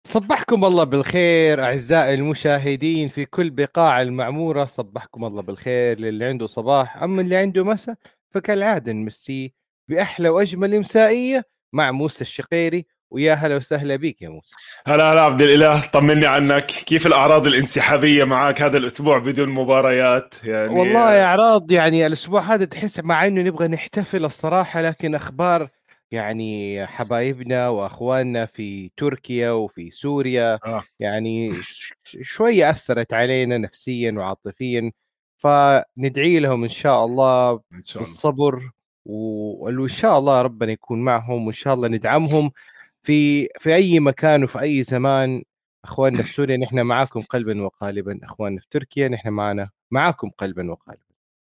صبحكم الله بالخير أعزائي المشاهدين في كل بقاع المعمورة. صبحكم الله بالخير للي عنده صباح، أما اللي عنده مساء فكالعادة نمسيه بأحلى وأجمل مسائية مع موسى الشقيري. ويا هلا وسهلا بيك يا موسى. هلا هلا عبد الإله، طمني عنك. كيف الأعراض الانسحابية معك هذا الأسبوع بدون مباريات يعني؟ والله يا أعراض، يعني الأسبوع هذا تحس مع إنه نبغى نحتفل الصراحة، لكن أخبار يعني حبايبنا وأخواننا في تركيا وفي سوريا آه يعني شوية أثرت علينا نفسيا وعاطفيا، فندعي لهم إن شاء الله إن شاء الله. بالصبر، وإن شاء الله ربنا يكون معهم، وإن شاء الله ندعمهم في أي مكان وفي أي زمان. أخواننا في سوريا نحن معاكم قلبا وقالبا، أخواننا في تركيا نحن معاكم قلبا وقالبا،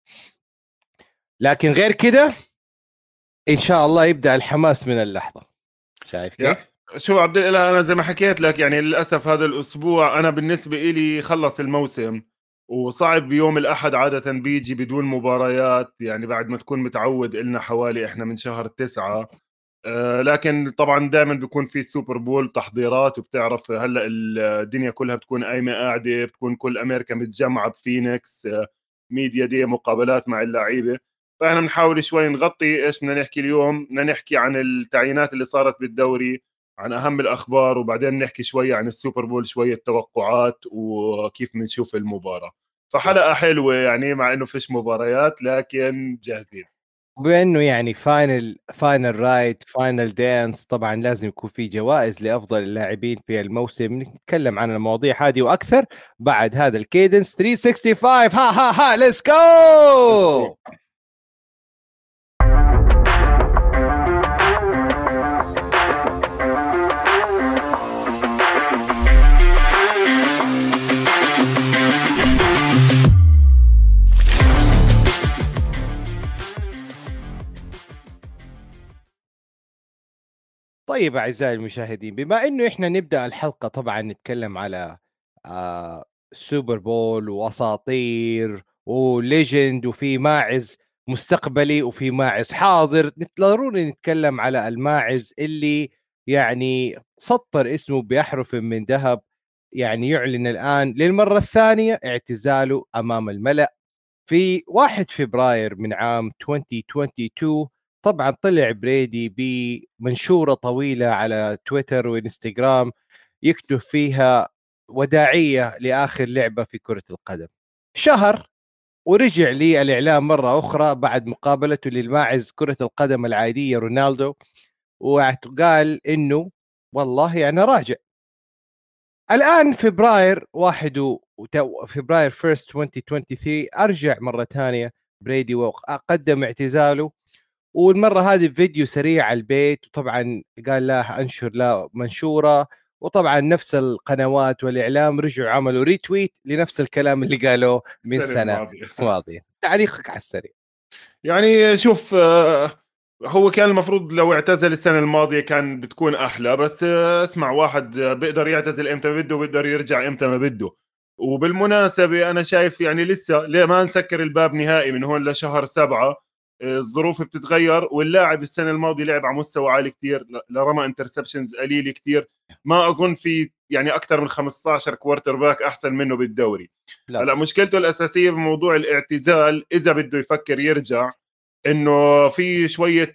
لكن غير كده إن شاء الله يبدأ الحماس من اللحظة. شايف يا كيف؟ شو عبد الإله، أنا زي ما حكيت لك يعني للأسف هذا الأسبوع أنا بالنسبة إلي خلص الموسم، وصعب بيوم الأحد عادة بيجي بدون مباريات، يعني بعد ما تكون متعود إلنا حوالي إحنا من شهر 9. لكن طبعا دائما بيكون في سوبر بول تحضيرات، وبتعرف هلا الدنيا كلها بتكون قايمه قاعده، بتكون كل امريكا متجمعه بفينيكس، ميديا دي مقابلات مع اللعيبه. فاحنا بنحاول شوي نغطي ايش بدنا نحكي اليوم. بدنا نحكي عن التعيينات اللي صارت بالدوري، عن اهم الاخبار، وبعدين نحكي شوي عن السوبر بول، شويه توقعات وكيف بنشوف المباراه. فحلقه حلوه يعني، مع انه فيش مباريات لكن جاهزين. بأنه يعني فاينل رايت فاينل دانس، طبعا لازم يكون في جوائز لأفضل اللاعبين في الموسم. نتكلم عن المواضيع هذه وأكثر بعد هذا الكيدنس 365. ها ها ها ليتس Let's go. جو. طيب أعزائي المشاهدين، بما إنه إحنا نبدأ الحلقة طبعًا نتكلم على السوبر بول وأساطير وlegend، وفي ماعز مستقبلي وفي ماعز حاضر. ضروري نتكلم على الماعز اللي يعني سطّر اسمه بأحرف من ذهب، يعني يعلن الآن للمرة الثانية اعتزاله أمام الملأ. في 1 فبراير من عام 2022 طبعًا طلع بريدي بمنشورة طويلة على تويتر وإنستجرام يكتب فيها وداعية لآخر لعبة في كرة القدم. شهر ورجع للإعلام مرة أخرى بعد مقابلته للماعز كرة القدم العادية رونالدو، قال إنه والله أنا راجع. الآن فبراير 1 فبراير 1 2023 أرجع مرة ثانية بريدي وقدم اعتزاله، والمرة هذه فيديو سريع على البيت، وطبعا قال لا أنشر لا منشورة، وطبعا نفس القنوات والإعلام رجعوا عملوا ريتويت لنفس الكلام اللي قالوه من السنه سنة الماضيه. ماضية. تعليقك على السريع. يعني شوف، هو كان المفروض لو اعتزل السنة الماضية كان بتكون أحلى، بس اسمع، واحد بيقدر يعتزل إمتى بده وبيقدر يرجع إمتى ما بده. وبالمناسبة أنا شايف يعني لسه ليه ما نسكر الباب نهائي من هون لشهر 7. الظروف بتتغير، واللاعب السنة الماضية لعب على مستوى عالي كتير، لرمى انترسبشنز قليل كتير. ما أظن في يعني أكثر من 15 كوارتر باك أحسن منه بالدوري. لا هلا طبعا. مشكلته الأساسية بموضوع الاعتزال إذا بده يفكر يرجع، انه في شويه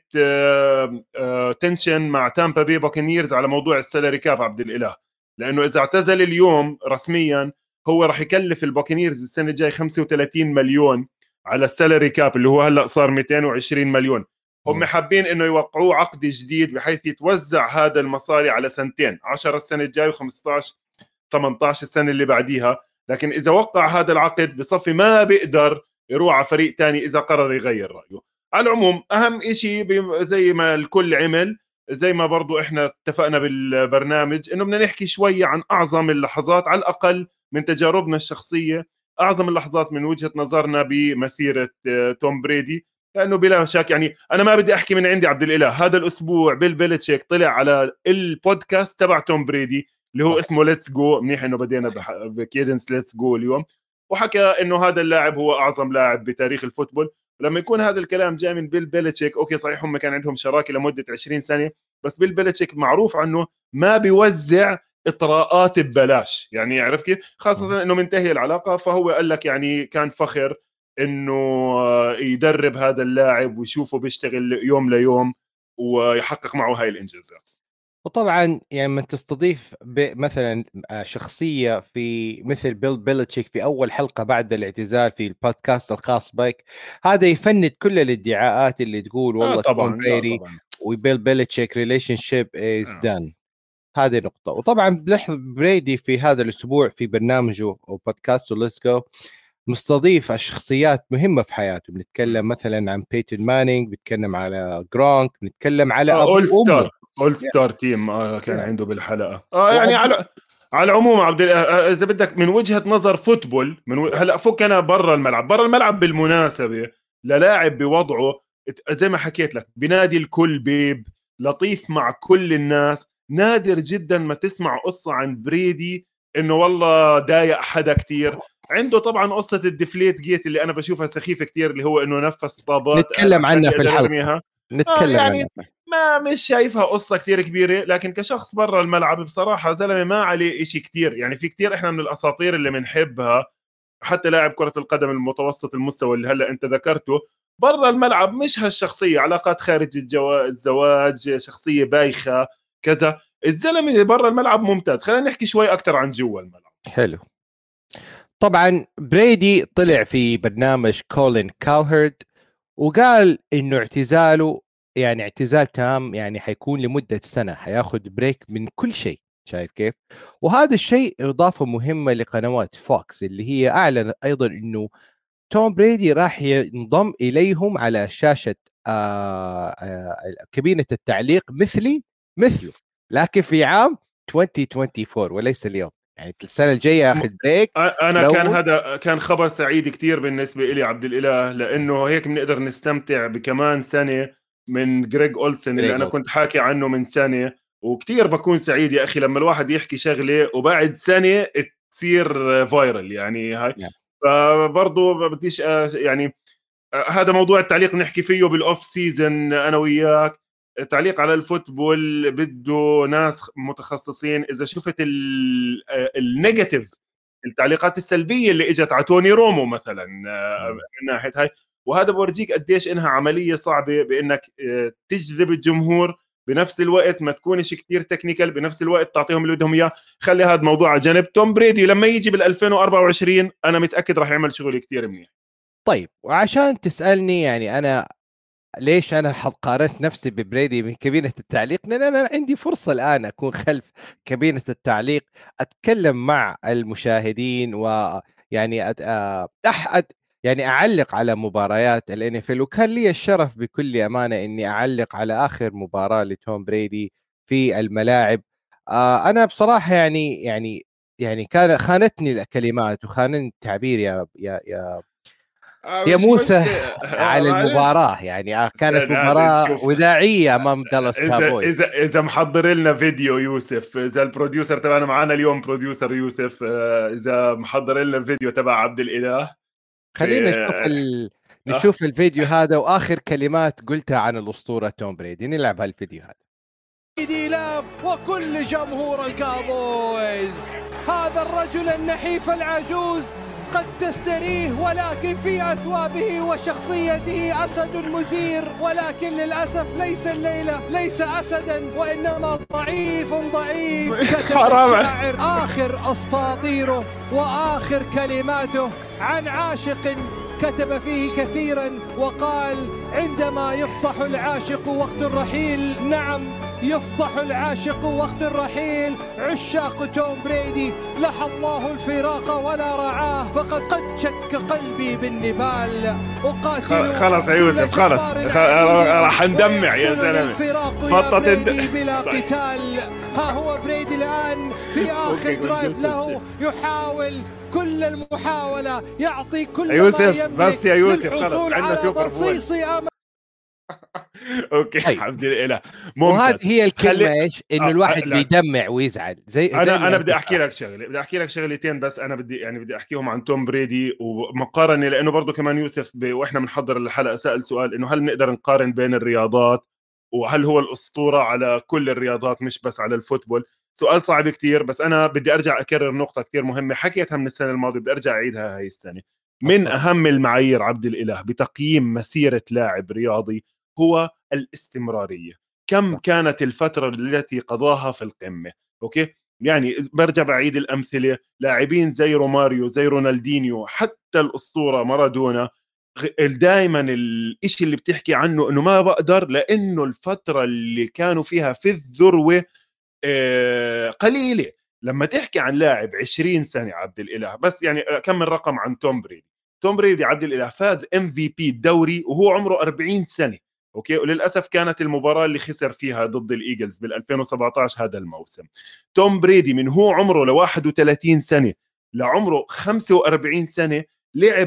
تنشن مع تامبا بي باكنيرز على موضوع السالري كاب عبد الاله. لانه اذا اعتزل اليوم رسميا هو راح يكلف الباكنيرز السنه الجاي 35 مليون على السالري كاب اللي هو هلا صار 220 مليون. هم مم. حابين انه يوقعوه عقد جديد بحيث يتوزع هذا المصاري على سنتين، 10 السنه الجاي و15 18 السنه اللي بعديها. لكن اذا وقع هذا العقد بصفي ما بيقدر يروح على فريق تاني اذا قرر يغير رايه. على العموم اهم إشي زي ما الكل عمل، زي ما برضو احنا اتفقنا بالبرنامج انه بدنا نحكي شوي عن اعظم اللحظات، على الاقل من تجاربنا الشخصيه، اعظم اللحظات من وجهه نظرنا بمسيره توم بريدي. لانه بلا شك يعني انا ما بدي احكي من عندي عبد الاله، هذا الاسبوع بيل بيلتشيك طلع على البودكاست تبع توم بريدي اللي هو صح. اسمه ليتس جو. منيح انه بدينا بكيدنس ليتس جو اليوم. وحكى انه هذا اللاعب هو اعظم لاعب بتاريخ الفوتبول. ولما يكون هذا الكلام جاي من بيل بيلتشيك، اوكي صحيح هم كان عندهم شراكه لمده 20 سنه، بس بيل بيلتشيك معروف عنه ما بيوزع اطراءات ببلاش، يعني عرفت كيف؟ خاصه انه منتهي العلاقه، فهو قال لك يعني كان فخر انه يدرب هذا اللاعب ويشوفه بيشتغل يوم ليوم ويحقق معه هاي الانجازات. وطبعا يعني من تستضيف مثلا شخصيه في مثل بيل بيلتشيك في اول حلقه بعد الاعتزال في البودكاست الخاص بك، هذا يفند كل الادعاءات اللي تقول والله توم طبعا، لا بريدي طبعا. وبيل بيلتشيك ريليشن شيب از آه. دان. هذه نقطة. وطبعا بنلاحظ بريدي في هذا الأسبوع في برنامجه أو بودكاست ليتس جو مستضيف الشخصيات مهمة في حياته. بنتكلم مثلا عن بيتن مانينج، بنتكلم على جرونك، بنتكلم على اول أبوه وأمه. ستار، اول ستار تيم كان yeah. عنده بالحلقه يعني وأبوه. على العموم عبد اذا بدك من وجهه نظر فوتبول هلا فك انا برا الملعب، برا الملعب بالمناسبه للاعب بوضعه زي ما حكيت لك بنادي الكل بيب، لطيف مع كل الناس. نادر جدا ما تسمع قصه عن بريدي انه والله ضايق حدا كتير. عنده طبعا قصه الديفليت جيت اللي انا بشوفها سخيفه كتير، اللي هو انه نفس طابات نتكلم عشان عنها في يقدر الحلقة. يرميها. نتكلم عنها يعني ما مش شايفها قصة كتير كبيرة، لكن كشخص برا الملعب بصراحة زلمة ما عليه إشي كتير. يعني في كتير إحنا من الأساطير اللي بنحبها، حتى لاعب كرة القدم المتوسط المستوى اللي هلأ أنت ذكرته برا الملعب مش هالشخصية، علاقات خارج الزواج، شخصية بايخة كذا. الزلمة برا الملعب ممتاز. خلينا نحكي شوي أكتر عن جوا الملعب. حلو. طبعا بريدي طلع في برنامج كولين كاوهرد وقال انه اعتزاله يعني اعتزال تام، يعني حيكون لمدة سنة، حياخد بريك من كل شيء. شايف كيف؟ وهذا الشيء إضافة مهمة لقنوات فوكس اللي هي أعلن أيضا أنه توم بريدي راح ينضم إليهم على شاشة كابينة التعليق مثله، لكن في عام 2024 وليس اليوم. يعني السنة الجاية ياخذ بريك انا كان يروح. هذا كان خبر سعيد كتير بالنسبه لي عبد الاله، لانه هيك بنقدر نستمتع بكمان سنه من جريج اولسن اللي بريك انا أولسن. كنت حاكي عنه من سنه. وكتير بكون سعيد يا اخي لما الواحد يحكي شغله وبعد سنه تصير فايرل يعني هاي. نعم. فبرضه بديش يعني هذا موضوع التعليق نحكي فيه بالاوف سيزن انا وياك. تعليق على الفوتبول بده ناس متخصصين. اذا شفت النيجاتيف، التعليقات السلبيه اللي اجت على توني رومو مثلا من ناحيه هاي، وهذا بورجيك قديش انها عمليه صعبه بانك تجذب الجمهور بنفس الوقت ما تكونش كتير تكنيكال، بنفس الوقت تعطيهم اللي بدهم اياه. خلي هذا موضوع على جنب. توم بريدي لما يجي بال 2024 انا متاكد راح يعمل شغل كتير منيح. طيب، وعشان تسألني يعني أنا ليش أنا قارنت نفسي ببريدي من كابينة التعليق، لأن أنا عندي فرصة الآن أكون خلف كابينة التعليق، أتكلم مع المشاهدين ويعني أحد يعني أعلق على مباريات الNFL. وكان لي الشرف بكل أمانة إني أعلق على آخر مباراة لتوم بريدي في الملاعب. أنا بصراحة يعني كان خانتني الكلمات وخانني التعبير يا مش موسى مشكلة على معلش. المباراة. يعني كانت استنى مباراة شوف، وداعية أمام دالاس اذا كابويز. اذا محضر لنا فيديو يوسف، اذا البروديوسر تبعنا معنا اليوم بروديوسر يوسف، اذا محضر لنا فيديو تبع عبد الاله خلينا نشوف آه، نشوف الفيديو هذا وآخر كلمات قلتها عن الأسطورة توم بريدي. نلعب هالفيديو هذا. بريدي لاب وكل جمهور الكابويز، هذا الرجل النحيف العجوز قد تستريه، ولكن في أثوابه وشخصيته أسد مزير، ولكن للأسف ليس الليلة ليس أسدا وإنما ضعيف كتب الشاعر آخر أساطيره وآخر كلماته عن عاشق كتب فيه كثيرا وقال: عندما يفضح العاشق وقت الرحيل، نعم يفضح العاشق وقت الرحيل، عشاق توم بريدي لحى الله الفراق ولا رعاه، فقد شك قلبي بالنبال أقاتل. خلص يا يوسف خلص، راح ندمع يا زلمه. فطت بلا قتال. ها هو بريدي الآن في آخر درايف له، يحاول كل المحاولة، يعطي كل يوسف ما يملك بس يا يوسف خلص، للحصول عندنا على سوبر بول. اوكي الحمد لله وهذه ممتاز. هي الكلمة ايش؟ انه الواحد لا بيدمع ويزعل زي ما انا انت بدي احكي شرحت. لك شغله، بدي احكي لك شغلتين بس. انا بدي احكيهم عن توم بريدي ومقارنه، لانه برضه كمان يوسف واحنا بنحضر الحلقه سأل سؤال انه هل نقدر نقارن بين الرياضات، وهل هو الاسطوره على كل الرياضات مش بس على الفوتبول. سؤال صعب كتير، بس أنا بدي أرجع أكرر نقطة كتير مهمة حكيتها من السنة الماضية، بدي أرجع أعيدها هاي السنة. من اتفضل. أهم المعايير عبد الإله بتقييم مسيرة لاعب رياضي هو الاستمرارية. كم صح. كانت الفترة التي قضاها في القمة؟ أوكي، يعني برجع بعيد الأمثلة، لاعبين زي روماريو، زي رونالدينيو، حتى الأسطورة مارادونا، دائما الإشي اللي بتحكي عنه إنه ما بقدر، لأنه الفترة اللي كانوا فيها في الذروة قليلة. لما تحكي عن لاعب 20 سنة عبد الإله، بس يعني كم من رقم عن توم بريدي. توم بريدي عبد الإله فاز MVP الدوري وهو عمره 40 سنة. اوكي، وللاسف كانت المباراه اللي خسر فيها ضد الايجلز بال 2017 هذا الموسم. توم بريدي من هو عمره ل 31 سنه لعمره 45 سنه لعب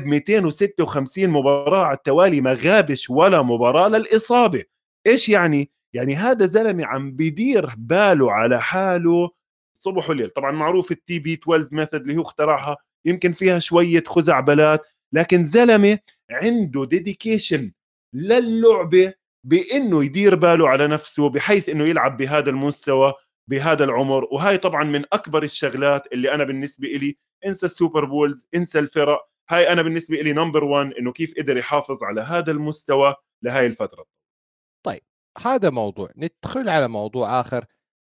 256 مباراه على التوالي، ما غابش ولا مباراه للاصابه. ايش يعني؟ يعني هذا زلمه عم بيدير باله على حاله صبح وليل. طبعا معروف التي بي 12 ميثود اللي هو اخترعها، يمكن فيها شويه خزعبلات، لكن زلمه عنده ديديكيشن للعبه، بانه يدير باله على نفسه بحيث انه يلعب بهذا المستوى بهذا العمر. وهاي طبعا من اكبر الشغلات اللي انا بالنسبه إلي، انسى السوبر بولز، انسى الفرق، هاي انا بالنسبه إلي نمبر 1، انه كيف قدر يحافظ على هذا المستوى لهاي الفتره. طيب، هذا موضوع. ندخل على موضوع آخر،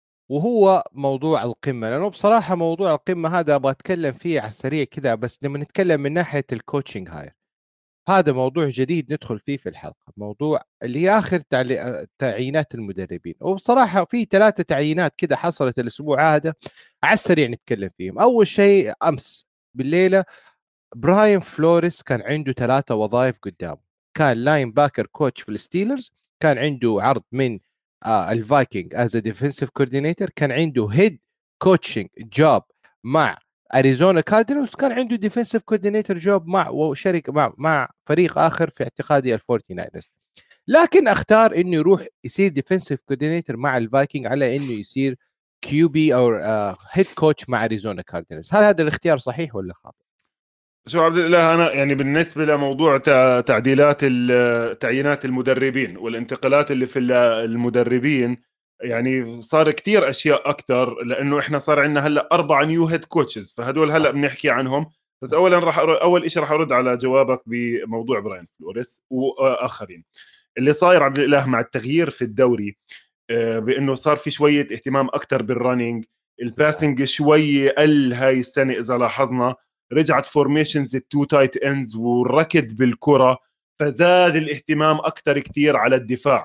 وهو موضوع القمة، لأنه بصراحة موضوع القمة هذا أبغى أتكلم فيه على السريع كذا، بس لما نتكلم من ناحية الكوتشنج هاير، هذا موضوع جديد ندخل فيه في الحلقة، موضوع اللي هي آخر تعيينات المدربين. وبصراحة في 3 تعيينات كده حصلت الأسبوع هذا، على السريع نتكلم فيهم. أول شيء أمس بالليلة، براين فلوريس كان عنده 3 وظائف قدامه. كان لاين باكر كوتش في الستيلرز، كان عنده عرض من الفايكنج از ديفنسيف كوردينيتور، كان عنده هيد كوتشنج جوب مع اريزونا كاردينالز، كان عنده ديفنسيف كوردينيتور جوب مع وشركه مع فريق اخر في اعتقادي الفورتي ناينرز. لكن اختار انه يروح يصير ديفنسيف كوردينيتور مع الفايكنج على انه يصير كيو بي او هيد كوتش مع اريزونا كاردينالز. هل هذا الاختيار صحيح ولا خاطئ؟ شو عبد الله، انا يعني بالنسبه لموضوع تعديلات تعيينات المدربين والانتقالات اللي في المدربين، يعني صار كتير اشياء اكتر، لانه احنا صار عندنا هلا 4 نيو هيد كوتشز، فهدول هلا صح. بنحكي عنهم. بس اولا اول شيء راح ارد على جوابك بموضوع براين فلوريس واخرين. اللي صاير عبد الاله مع التغيير في الدوري، بانه صار في شويه اهتمام اكتر بالرننج، صحيح. الباسنج شوي قل هاي السنه اذا لاحظنا. رجعت فورميشنز التو تايت اندز والركض بالكره، فزاد الاهتمام اكتر كتير على الدفاع.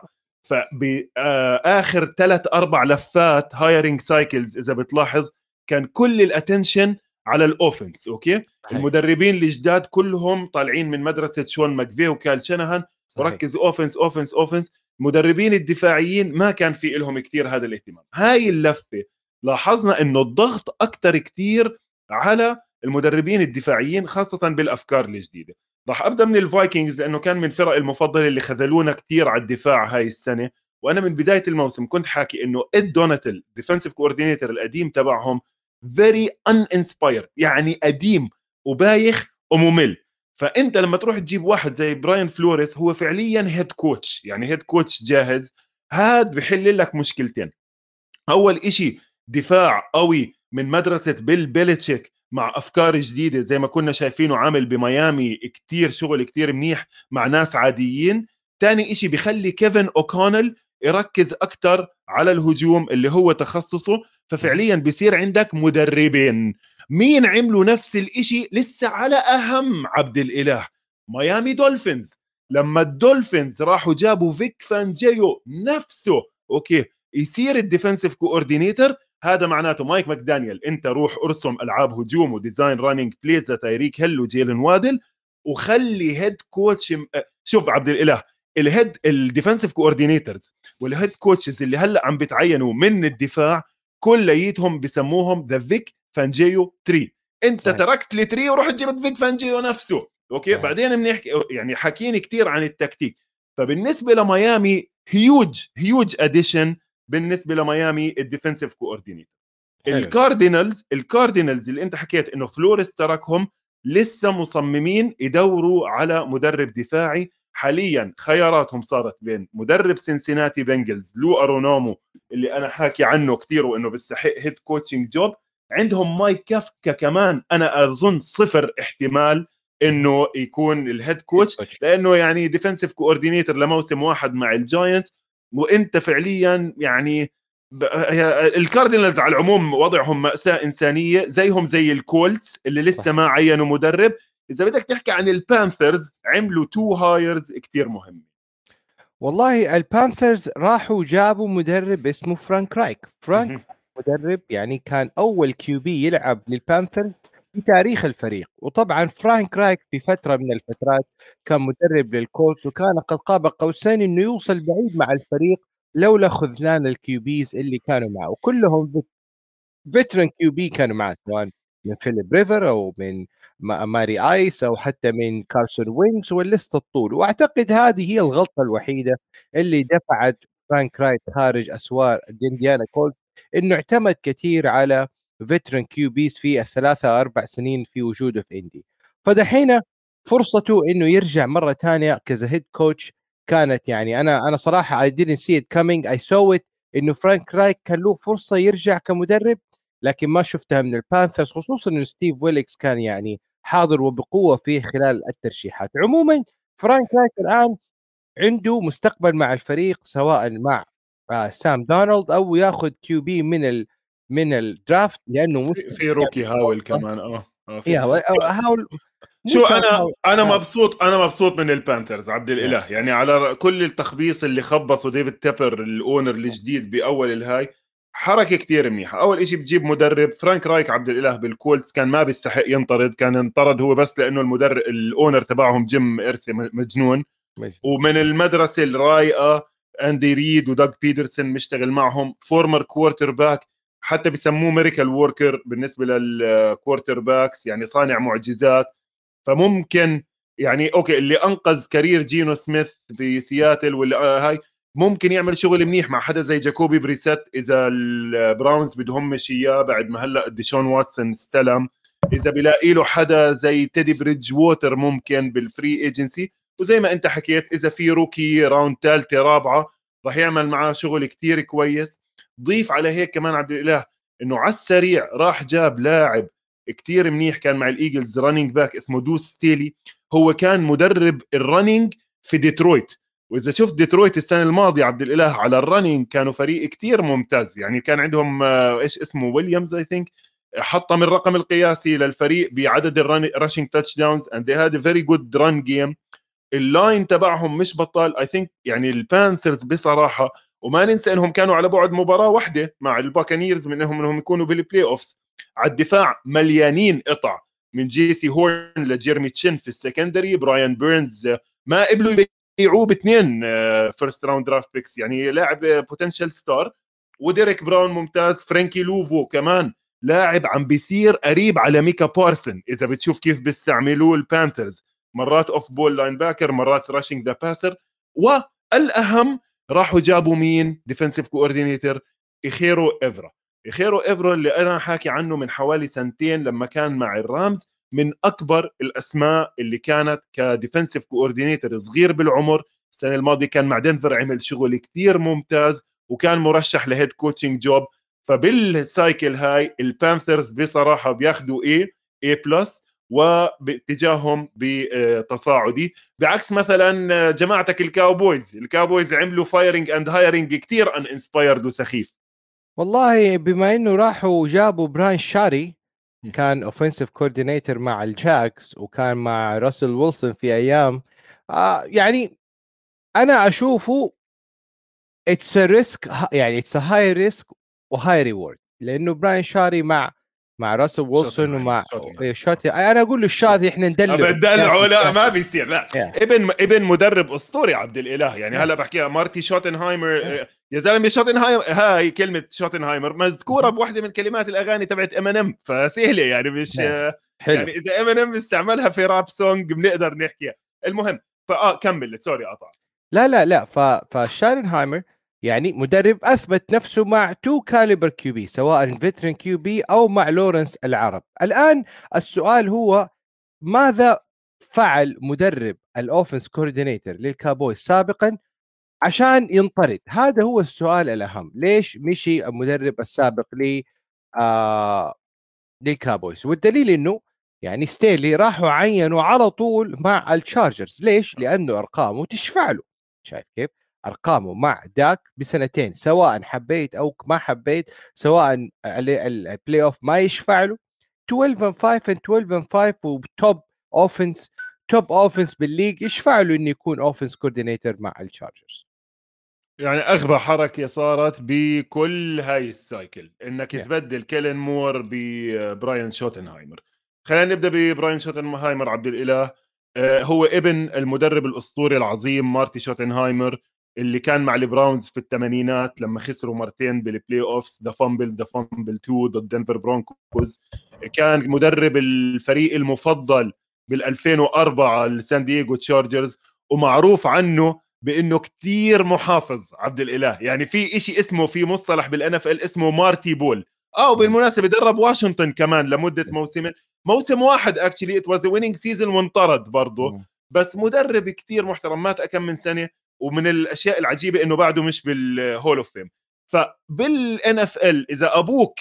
فبآخر 3-4 لفات هايرنج سايكلز اذا بتلاحظ، كان كل الاتنشن على الاوفنس. اوكي، صحيح. المدربين الجداد كلهم طالعين من مدرسه شون ماكفي وكال شنهان، صحيح. وركز اوفنس اوفنس اوفنس. المدربين الدفاعيين ما كان في لهم كتير هذا الاهتمام. هاي اللفه لاحظنا انه الضغط اكتر كتير على المدربين الدفاعيين، خاصة بالأفكار الجديدة. راح أبدأ من الفايكنجز لأنه كان من الفرق المفضلة اللي خذلونا كتير على الدفاع هاي السنة. وأنا من بداية الموسم كنت حاكي إنه إد دوناتل ديفنسيف كوردينيتور القديم تبعهم very uninspired، يعني قديم وبايخ وممل. فأنت لما تروح تجيب واحد زي براين فلوريس، هو فعليا هيد كوتش، يعني هيد كوتش جاهز، هاد بحل لك مشكلتين. أول إشي دفاع قوي من مدرسة بيل بيلتشيك مع أفكار جديدة زي ما كنا شايفينه عامل بميامي، كتير شغل كتير منيح مع ناس عاديين. تاني إشي بيخلي كيفن أوكونيل يركز أكتر على الهجوم اللي هو تخصصه. مهم. ففعليا بيصير عندك مدربين. مين عملوا نفس الإشي لسه على أهم عبد الإله؟ ميامي دولفينز. لما الدولفينز راحوا جابوا فيك فانجيو نفسه، أوكي، يصير الديفنسيف كوردينيتور، هذا معناته مايك ماكدانيال انت روح ارسم العاب هجوم وديزاين رانينج بليز لتايريك هيل وجيلن وادل، وخلي هيد كوتش شوف عبد الاله، الهيد الديفنسيف كوردينيتورز والهيد كوتشز اللي هلا عم بتعينوا من الدفاع كليتهم بسموهم ذا فيك فانجيو تري. انت صحيح. تركت التري ورحت جبت فيك فانجيو نفسه. اوكي، صحيح. بعدين بنحكي يعني حكيني كتير عن التكتيك. فبالنسبه لميامي هيوج اديشن بالنسبه لميامي الديفنسيف كوردينيتور. حلو. الكاردينالز اللي انت حكيت انه فلوريس تركهم، لسه مصممين يدوروا على مدرب دفاعي حاليا خياراتهم صارت بين مدرب سنسيناتي بنجلز لو أرونومو اللي أنا حاكي عنه كتير وإنه بيستحق هيد كوتشنج جوب، عندهم مايك كافكا كمان أنا أظن صفر احتمال إنه يكون الهيد كوتش، لأنه يعني ديفنسيف كوردينيتور لموسم واحد مع الجاينتس، وإنت فعليا يعني الكاردينالز على العموم وضعهم مأساة إنسانية زيهم زي الكولتس اللي لسه ما عينوا مدرب. إذا بدك تحكي عن البانثرز عملوا 2 هايرز كتير مهم. والله البانثرز راحوا جابوا مدرب اسمه فرانك رايك. فرانك مدرب يعني كان أول QB يلعب للبانثرز في تاريخ الفريق، وطبعا فرانك رايك في فترة من الفترات كان مدرب للكولتس، وكان قد قاب قوسين إنه يوصل بعيد مع الفريق لولا خذلان الكيوبيز اللي كانوا معه، وكلهم فيترن QB كانوا معه، سواء من فيليب ريفر او من ماري ايس او حتى من كارسون وينكس، والليست الطول. واعتقد هذه هي الغلطه الوحيده اللي دفعت فرانك رايت خارج اسوار انديانا كولت، انه اعتمد كثير على فيترن QBs في الثلاثه اربع سنين في وجوده في اندي. فدحين فرصته انه يرجع مره ثانيه كذا هيد كوتش كانت، يعني انا صراحه I didn't see it coming, I saw it انه فرانك رايك كان له فرصه يرجع كمدرب، لكن ما شفتها من البانثرز، خصوصا انه ستيف ويليكس كان يعني حاضر وبقوه فيه خلال الترشيحات. عموما فرانك رايك الان عنده مستقبل مع الفريق، سواء مع سام دونالد او ياخذ QB من الدرافت، لانه في روكي هاول كمان في هاول. شو انا مبسوط من البانثرز عبد الاله، يعني على كل التخبيص اللي خبصوا ديفيد تيبر الاونر الجديد باول الهاي، حركه كتير منيحه. اول إشي بتجيب مدرب فرانك رايك عبد الاله بالكولتس كان ما بيستحق ينطرد، كان انطرد هو بس لانه المدرب الاونر تبعهم جيم إرسي مجنون، ومن المدرسه الرايقه اندي ريد وداغ بيترسون مشتغل معهم، فورمر كوارتر باك، حتى بيسموه ميريكال ووركر بالنسبه للكوارتر باكس، يعني صانع معجزات. فممكن يعني اوكي اللي انقذ كارير جينو سميث بسياتل واللي هاي ممكن يعمل شغل منيح مع حدا زي جاكوبي بريسات اذا البراونز بدهم مشي اياه بعد ما هلا ديشون واتسون استلم، اذا بلاقي له حدا زي تيدي بريدج ووتر ممكن بالفري ايجنسي، وزي ما انت حكيت اذا في روكي راوند ثالثه رابعه راح يعمل معاه شغل كتير كويس. ضيف على هيك كمان عبد الاله انه على السريع راح جاب لاعب كتير منيح كان مع الايجلز رانينج باك اسمه دوس ستيلي، هو كان مدرب الرننج في ديترويت، واذا شفت ديترويت السنه الماضيه عبد الاله على الرننج كانوا فريق كتير ممتاز، يعني كان عندهم ايش اسمه ويليامز اي ثينك، حطم الرقم القياسي للفريق بعدد الراشنج تاتش داونز اند they had a very good run game. اللاين تبعهم مش بطال اي ثينك، يعني البانثرز بصراحه، وما ننسى انهم كانوا على بعد مباراه واحده مع الباكانيرز من انهم يكونوا بالبلاي اوفز. على الدفاع مليانين قطع، من جيسي هورن لجيرمي تشين في السكندري، براين بيرنز ما قبلوا يبيعوه باثنين فيرست راوند درافت بيكس، يعني لاعب بوتنشال ستار، وديريك براون ممتاز، فرانكي لوفو كمان لاعب عم بيصير قريب على ميكا بارسن اذا بتشوف كيف بيستعملوه البانثرز، مرات اوف بول لاين باكر مرات راشنج ذا باسر. والاهم راحوا جابوا مين ديفنسيف كوردينيتور؟ إخيرو إفرا. إخيرو إفرا اللي أنا حاكي عنه من حوالي سنتين لما كان مع الرامز، من أكبر الأسماء اللي كانت كديفنسيف كوردينيتور صغير بالعمر. السنة الماضية كان مع دنفر عمل شغل كتير ممتاز وكان مرشح لهيد كوتشنج جوب. فبالسايكل هاي البانثرز بصراحة بياخدوا A بلس وباتجاههم بتصاعدي، بعكس مثلا جماعتك الكاوبويز عملوا فايرنج اند هايرنج كتير ان انسبايرد وسخيف. والله بما انه راحوا جابوا براين شاري، كان اوفنسيف كوردينيتور مع الجاكس وكان مع راسل ويلسون في ايام، يعني انا اشوفه اتس ريسك، يعني اتس هاي ريسك وهاي ريورد، لانه براين شاري مع راسل ويلسون ومع شوتي، انا اقول له الشاذي احنا ندلعه، لا ما بيصير، لا ابن مدرب اسطوري عبد الاله، يعني هلا بحكيها مارتي شوتنهايمر، يا زلمه شوتنهايمر، هاي كلمه شوتنهايمر مذكوره بوحده من كلمات الاغاني تبعت ام فسهله يعني مش حلو. يعني اذا ام استعملها في راب سونج بنقدر نحكيها. المهم كمل، سوري قطع. لا فشارنهايمر يعني مدرب اثبت نفسه مع تو كاليبر QB، سواء فيترن QB او مع لورنس العرب. الان السؤال هو ماذا فعل مدرب الاوفنس كوردينيتور للكابويز سابقا عشان ينطرد؟ هذا هو السؤال الاهم. ليش مشي المدرب السابق آه للكابويز؟ والدليل انه يعني ستيلي راحوا عينوا على طول مع التشارجرز. ليش؟ لانه ارقامه تشفع له. شايف كيف؟ ارقامه مع داك بسنتين، سواء حبيت او ما حبيت، سواء البلاي اوف ما يشفع له 12 and 5 and 12 and 5 وتوب اوفنس، توب اوفنس بالليج، يشفع له انه يكون اوفنس كوردينيتور مع التشارجرز. يعني اغبى حركه صارت بكل هاي السايكل انك yeah. تبدل كيلن مور ببراين شوتنهايمر. خلينا نبدا ببراين شوتنهايمر. عبد الاله هو ابن المدرب الاسطوري العظيم مارتي شوتنهايمر، اللي كان مع البراونز في الثمانينات لما خسروا مرتين بالبلاي اوفز، ذا فامبل 2 ضد دنفر برونكوز. كان مدرب الفريق المفضل بال 2004 لسان دييغو تشارجرز، ومعروف عنه بانه كتير محافظ. عبد الاله يعني في إشي اسمه، في مصطلح بالان اف ال اسمه مارتي بول. وبالمناسبه درب واشنطن كمان لمده موسمين، موسم واحد اكشلي ات واز ويننج سيزون وانطرد برضه. بس مدرب كتير محترم، مات كم من سنه. ومن الاشياء العجيبه انه بعده مش بالهول اوف فيم. فبالان اف ال اذا ابوك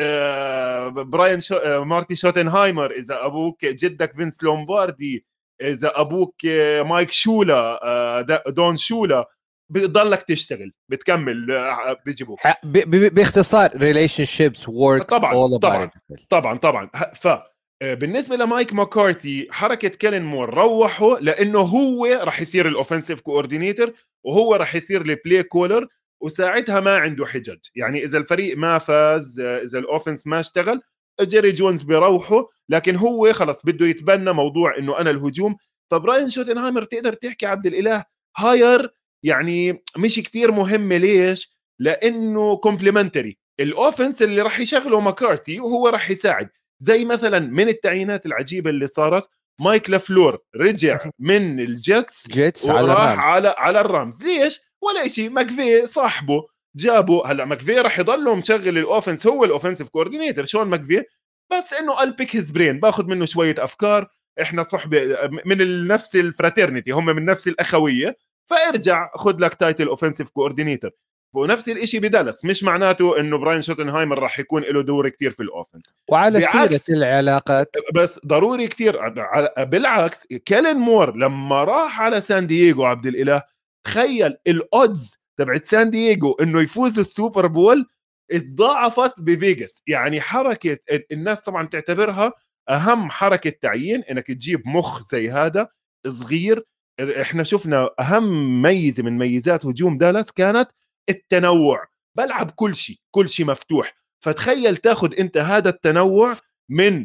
براين مارتي شوتنهايمر، اذا ابوك جدك فينس لومباردي، اذا ابوك مايك شولا، دون شولا، بتضلك تشتغل بتكمل بيجيبوك. باختصار ريليشن شيبس works طبعا all طبعا about it. طبعا. بالنسبه لمايك ماكارتي، حركه كيلن مور روحه لانه هو راح يصير الاوفنسيف كوردينيتور، وهو راح يصير البلاي كولر، وساعتها ما عنده حجج. يعني اذا الفريق ما فاز، اذا الاوفنس ما اشتغل، جيري جونز بيروحه، لكن هو خلص بده يتبنى موضوع انه انا الهجوم. فبراين شوتنهايمر تقدر تحكي عبد الاله هاير يعني مش كتير مهمه. ليش؟ لانه كومبلمنتري الاوفنس اللي راح يشغله ماكارتي، وهو راح يساعد. زي مثلا من التعيينات العجيبه اللي صارت، مايك لافلور رجع من الجيتس وراح على الرامز. ليش؟ ولا شيء، ماكفي صاحبه جابه. هلا ماكفي راح يضله مشغل الاوفنس، هو الاوفنسيف كوردينيتور شون ماكفي، بس انه قال بيك هيز برين، باخذ منه شويه افكار، احنا صحبه من نفس الفراترنتي، هم من نفس الاخويه، فارجع خذ لك تايتل اوفنسيف كوردينيتور. ونفس الشيء بدالاس، مش معناته انه براين شوتنهايمر راح يكون له دور كتير في الاوفنس. وعلى سيرة العلاقات، بس ضروري كتير بالعكس، كيلن مور لما راح على سان دييغو عبد الاله، تخيل الاودز تبعت سان دييغو انه يفوز السوبر بول اتضاعفت بفيغاس. يعني حركه الناس طبعا تعتبرها اهم حركه تعيين، انك تجيب مخ زي هذا صغير. احنا شفنا اهم ميزه من ميزات هجوم دالاس كانت التنوع، بلعب كل شيء مفتوح. فتخيل تاخذ انت هذا التنوع من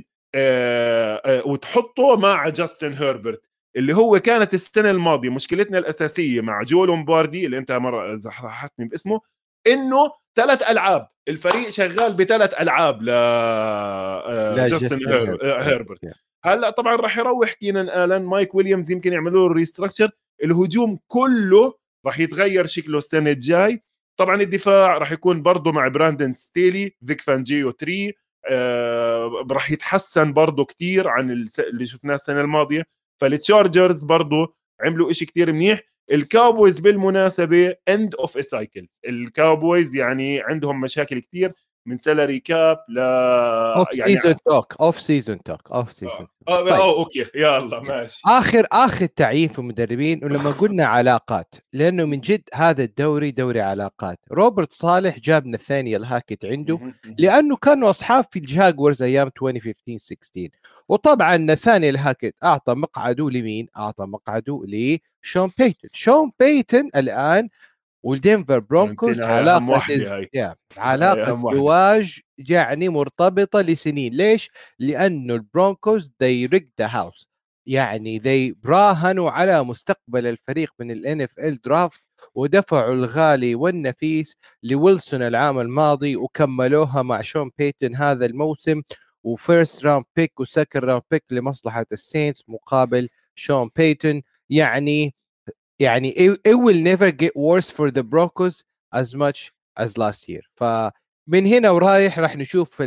وتحطه مع جاستن هيربرت، اللي هو كانت السنه الماضيه مشكلتنا الاساسيه مع جو لومباردي، اللي انت مره صححتني باسمه، انه 3 العاب الفريق شغال ب3 العاب ل جاستن هيربرت. هلا طبعا راح يروح كينان آلن، مايك ويليامز يمكن يعملوا له ريستراكشر، الهجوم كله راح يتغير شكله السنه الجاي. طبعا الدفاع راح يكون برضه مع براندن ستيلي، فيك فانجيو 3، راح يتحسن برضه كتير عن اللي شفناه السنه الماضيه. فالتشارجرز برضه عملوا إشي كتير منيح. الكاوبويز بالمناسبه اند اوف سايكل، الكاوبويز يعني عندهم مشاكل كتير، من سالاري كاب ل اوف يعني سيزون توك اوف سيزون. طيب اوكي يلا ماشي. اخر تعيين في المدربين، ولما قلنا علاقات، لانه من جد هذا الدوري دوري علاقات. روبرت صالح جاب نثانيال هاكيت عنده لانه كانوا اصحاب في الجاكورز ايام 2015 16. وطبعا نثانيال هاكيت اعطى مقعده لمين؟ اعطى مقعده لشون بيتن. شون بيتن الان والدنفر برونكوز علاقة زواج يعني مرتبطة لسنين. ليش؟ لأنه البرونكوز they rigged the house، يعني they براهنوا على مستقبل الفريق من ال NFL درافت، ودفعوا الغالي والنفيس لويلسون العام الماضي، وكملوها مع شون بيتن هذا الموسم، وفيرست راوند بيك وسكند راوند بيك لمصلحة السينتس مقابل شون بيتن. يعني it will never get worse for the Broncos as much as last year. فمن هنا ورايح راح نشوف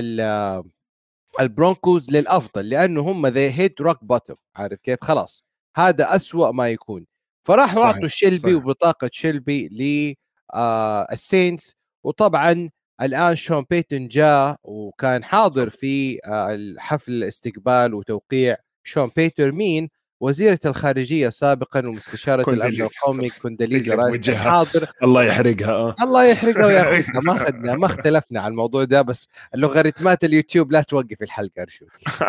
البرونكوز للافضل، لانه هم they hit rock bottom. عارف كيف؟ خلاص هذا أسوأ ما يكون. فراحوا صحيح، أعطوا شيلبي صحيح. وبطاقة شيلبي السينتس. وطبعا الآن شون بيتن جاء وكان حاضر في الحفل الاستقبال وتوقيع شون بيتر مين وزيرة الخارجية سابقا ومستشارة الأمن كونداليزا القومي كونداليزا تقلب رايس كان وجهها، حاضر. الله يحرقها. الله يحرقها وياخذها، ما اختلفنا على الموضوع ده، بس اللوغاريتمات اليوتيوب لا توقف الحلقة أرشود.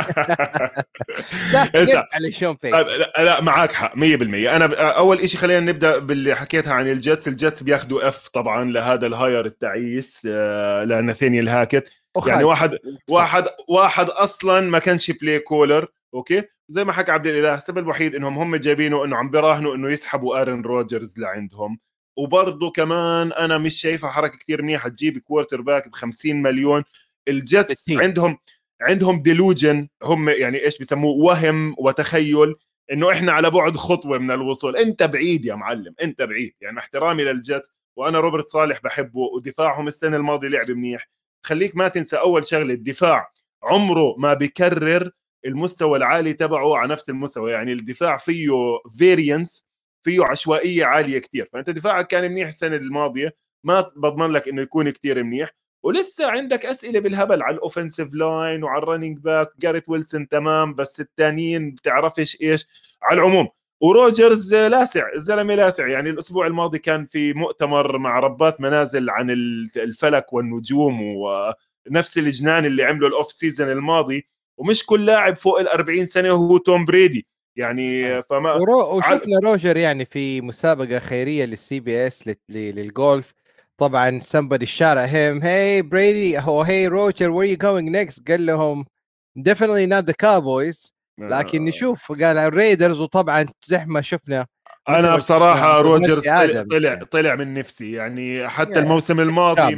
لكن اسا نرجع لشون طيب، بيتن. لا معك حق 100%. انا اول إشي خلينا نبدا باللي حكيتها عن الجيتس. الجيتس بياخذوا اف طبعا لهذا الهاير التعيس لناثانيال هاكت. يعني وخادم واحد تفضل. واحد اصلا ما كانش بلاي كولر، اوكي، زي ما حكى عبد الاله. السبب الوحيد انهم هم جايبينه انه عم بيراهنوا انه يسحبوا ارن روجرز لعندهم. وبرضه كمان انا مش شايفها حركه كتير منيحه تجيب كوارتر باك ب50 مليون. الجيتس 60 عندهم ديلوجن، هم يعني ايش بيسموه، وهم وتخيل انه احنا على بعد خطوه من الوصول. انت بعيد يا معلم، انت بعيد. يعني احترامي للجيتس، وانا روبرت صالح بحبه، ودفاعهم السنه الماضيه لعب منيح. خليك ما تنسى اول شغله، الدفاع عمره ما بيكرر المستوى العالي تبعه على نفس المستوى. يعني الدفاع فيه فيرينس، فيه عشوائيه عاليه كتير. فانت دفاعك كان منيح السنه الماضيه، ما بضمن لك انه يكون كتير منيح. ولسه عندك اسئله بالهبل على الاوفنسيف لاين وعلى الرننج باك. جاريت ويلسون تمام، بس الثانيين بتعرفش ايش. على العموم، وروجرز لاسع، الزلمه لاسع. يعني الاسبوع الماضي كان في مؤتمر مع ربات منازل عن الفلك والنجوم، ونفس الجنان اللي عمله الاوف سيزون الماضي. ومش كل لاعب فوق ال40 سنه هو توم بريدي يعني. فما وشفنا روجر يعني في مسابقة خيرية للسي بي اس للجولف. طبعا somebody shot at him, hey Brady, oh hey Roger, where are you going next؟ قال لهم definitely not the Cowboys. لكن نشوف قال الريدرز. وطبعا زي ما شفنا مثل انا ما شفنا بصراحه روجرز ديفونتي ادمز يعني طلع من نفسي. يعني حتى يا الموسم الماضي احترام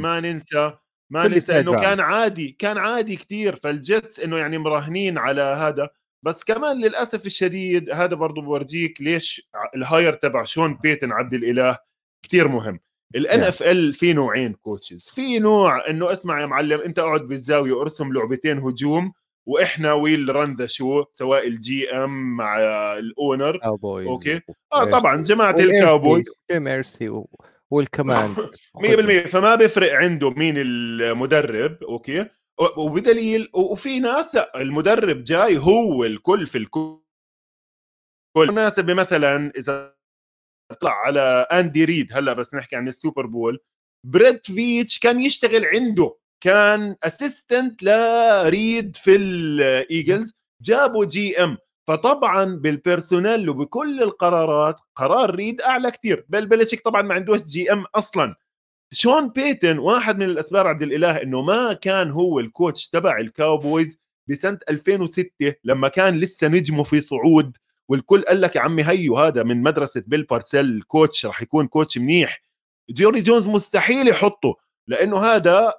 كل ما ننسى سنة انه درام. كان عادي كتير. فالجيتس انه يعني مراهنين على هذا. بس كمان للاسف الشديد هذا برضو بورجيك ليش الهاير تبع شون بيتن عبد الاله كتير مهم. الان yeah. اف ال في نوعين كوتشز. في نوع انه اسمع يا معلم، انت اقعد بالزاويه وارسم لعبتين هجوم، واحنا ويل ران ذا شو، سواء الجي ام مع الاونر. كاوبويز اوكي، طبعا وميرسي جماعه والارسي الكاوبويز ميرسي والكمان خذهم. 100%. فما بيفرق عنده مين المدرب، اوكي. وبدليل، وفي ناس المدرب جاي هو الكل في الكل. بالمناسبه مثلا اذا طلع على اندي ريد، هلا بس نحكي عن السوبر بول، بريت فيتش كان يشتغل عنده، كان اسيستنت لريد في الايجلز، جابوا جي ام. فطبعا بالبيرسونال وبكل القرارات قرار ريد اعلى كتير. بلشيك طبعا ما عندوش جي ام اصلا. شون بيتن واحد من الاسباب عبد الاله انه ما كان هو الكوتش تبع الكاوبويز بسنه 2006 لما كان لسه نجمه في صعود، والكل قال لك يا عمي هيو هذا من مدرسه بيل بارسيل، كوتش راح يكون كوتش منيح. جيري جونز مستحيل يحطه، لانه هذا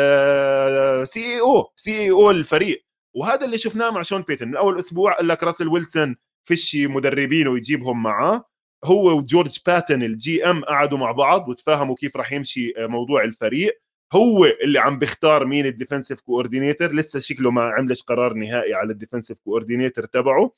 سي اي او الفريق. وهذا اللي شفناه مع شون بيتن من اول اسبوع. قال لك راسل ويلسون فيش مدربين ويجيبهم معاه، هو وجورج باتن الجي ام قعدوا مع بعض وتفاهموا كيف راح يمشي موضوع الفريق. هو اللي عم بيختار مين الديفنسيف كوردينيتور، لسه شكله ما عملش قرار نهائي على الديفنسيف كوردينيتور تبعه.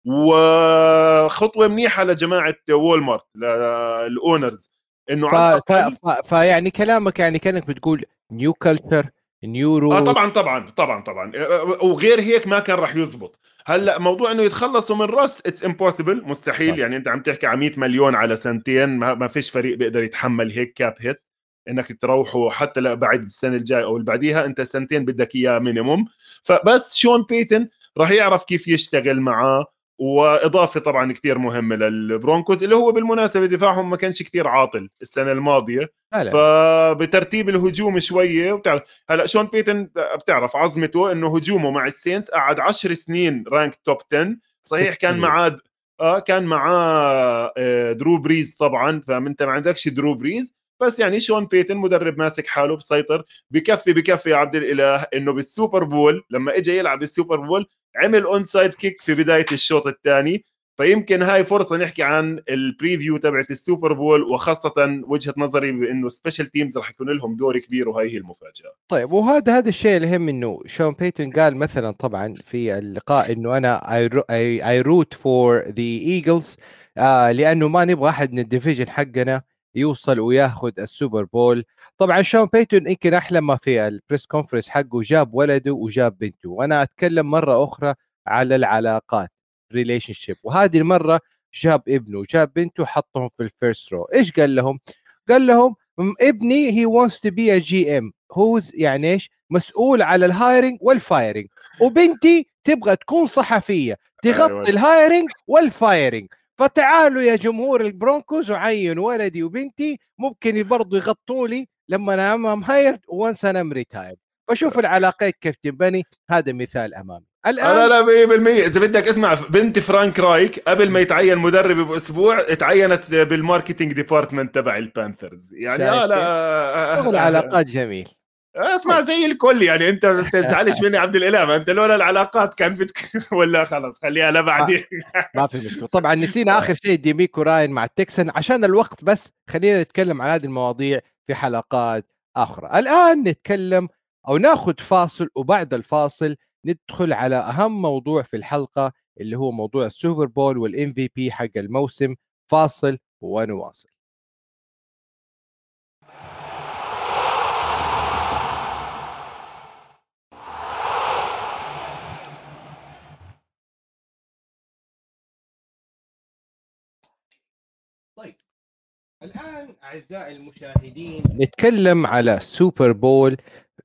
وخطوه منيحه لجماعه وولمارت للاونرز انه ف... على ف... الاقل. فيعني كلامك يعني كانك بتقول نيو كلتشر نيو رول. طبعا وغير هيك ما كان راح يزبط. هلا موضوع انه يتخلصوا من راس اتس امبوسيبل، مستحيل. يعني انت عم تحكي على 100 مليون على سنتين، ما فيش فريق بيقدر يتحمل هيك كاب هيت انك تروحوا حتى بعد السنه الجايه او اللي بعديها. انت سنتين بدك اياه مينيموم. فبس شون بيتن راح يعرف كيف يشتغل معاه. واضافه طبعا كتير مهمه للبرونكوز، اللي هو بالمناسبه دفاعهم ما كانش كتير عاطل السنه الماضيه. لا لا فبترتيب الهجوم شويه. وبتعرف هلا شون بيتن بتعرف عظمته انه هجومه مع السينتس قعد 10 سنين رانك توب 10. صحيح 16 كان years. معاه كان معاه درو بريز طبعا، فانت ما عندكش درو بريز. بس يعني شون بيتن مدرب ماسك حاله بسيطر. بكفي يا عبد الاله انه بالسوبر بول لما اجى يلعب السوبر بول عمل اون سايد كيك في بدايه الشوط الثاني. فيمكن هاي فرصه نحكي عن البريفيو تبعت السوبر بول، وخاصه وجهه نظري بانه سبيشال تيمز راح يكون لهم دور كبير، وهي هي المفاجاه. طيب، وهذا الشيء الهم، انه شون بيتون قال مثلا طبعا في اللقاء انه انا I root for the Eagles، لانه ما نبغى احد من الديفيجن حقنا يوصل وياخذ السوبر بول. طبعا شون بيتون يمكن احلم ما في البريس كونفرنس حقه جاب ولده وجاب بنته، وانا اتكلم مره اخرى على العلاقات، ريليشن شيب، وهذه المره جاب ابنه وجاب بنته حطهم في الفيرست رو. ايش قال لهم؟ قال لهم ابني هي wants to be a GM، هو يعني ايش مسؤول على الهايرنج والفايرنج، وبنتي تبغى تكون صحفيه تغطي ايوه الهايرنج والفايرنج. فتعالوا يا جمهور البرونكوز وعينوا ولدي وبنتي، ممكن برضو يغطوا لي لما انا امام هايرد وانس انا مريتاير. فشوف العلاقات كيف تنبني. هذا مثال امامي انا الان. لا 100%. اذا بدك اسمع، بنت فرانك رايك قبل ما يتعين مدرب باسبوع اتعينت بالماركتينج ديبارتمنت تبع البانثرز، يعني شايف كيف شغل لا علاقات جميل. اسمع طيب، زي الكل. يعني انت بتزعلش مني عبد الاله، ما انت لولا العلاقات كان ولا خلص خليها لبعدين. ما في مشكله. طبعا نسينا اخر شيء ديميكو راين مع التكسن عشان الوقت، بس خلينا نتكلم عن هذه المواضيع في حلقات اخرى. الان نتكلم او ناخذ فاصل، وبعد الفاصل ندخل على اهم موضوع في الحلقه، اللي هو موضوع السوبر بول والام في بي حق الموسم. فاصل ونواصل. طيب، الان اعزائي المشاهدين نتكلم على سوبر بول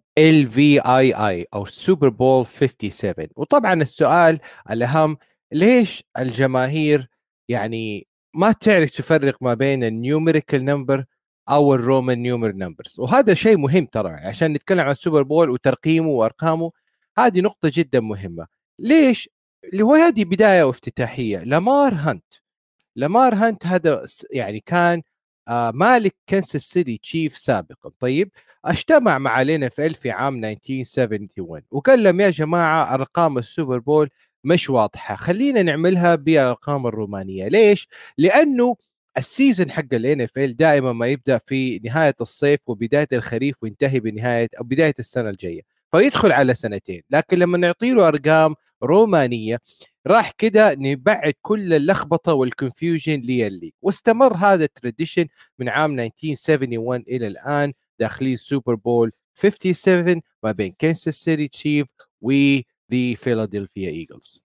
LVII أو سوبر بول 57. وطبعا السؤال الأهم، ليش الجماهير يعني ما تعرف تفرق ما بين النيوميريكال نمبر أو الرومان نيومر نمبرز؟ وهذا شيء مهم ترى عشان نتكلم عن السوبر بول وترقيمه وأرقامه. هذه نقطة جدا مهمة. ليش؟ اللي هو هذه بداية وافتتاحية. لامار هانت هذا يعني كان مالك كنساس سيتي تشيف سابقا. طيب، اجتمع مع الان اف ال في عام 1971 وقال لهم يا جماعه ارقام السوبر بول مش واضحه، خلينا نعملها بالارقام الرومانيه. ليش؟ لانه السيزون حق الان اف ال دائما ما يبدا في نهايه الصيف وبدايه الخريف وينتهي بنهايه او بدايه السنه الجايه، فيدخل على سنتين. لكن لما نعطي له ارقام رومانيه راح كده نبعد كل اللخبطه والكونفيوجن ليلي. واستمر هذا التراديشن من عام 1971 الى الان، داخلين سوبر بول 57 ما بين كانساس سيتي تشيف وذي فيلادلفيا ايجلز.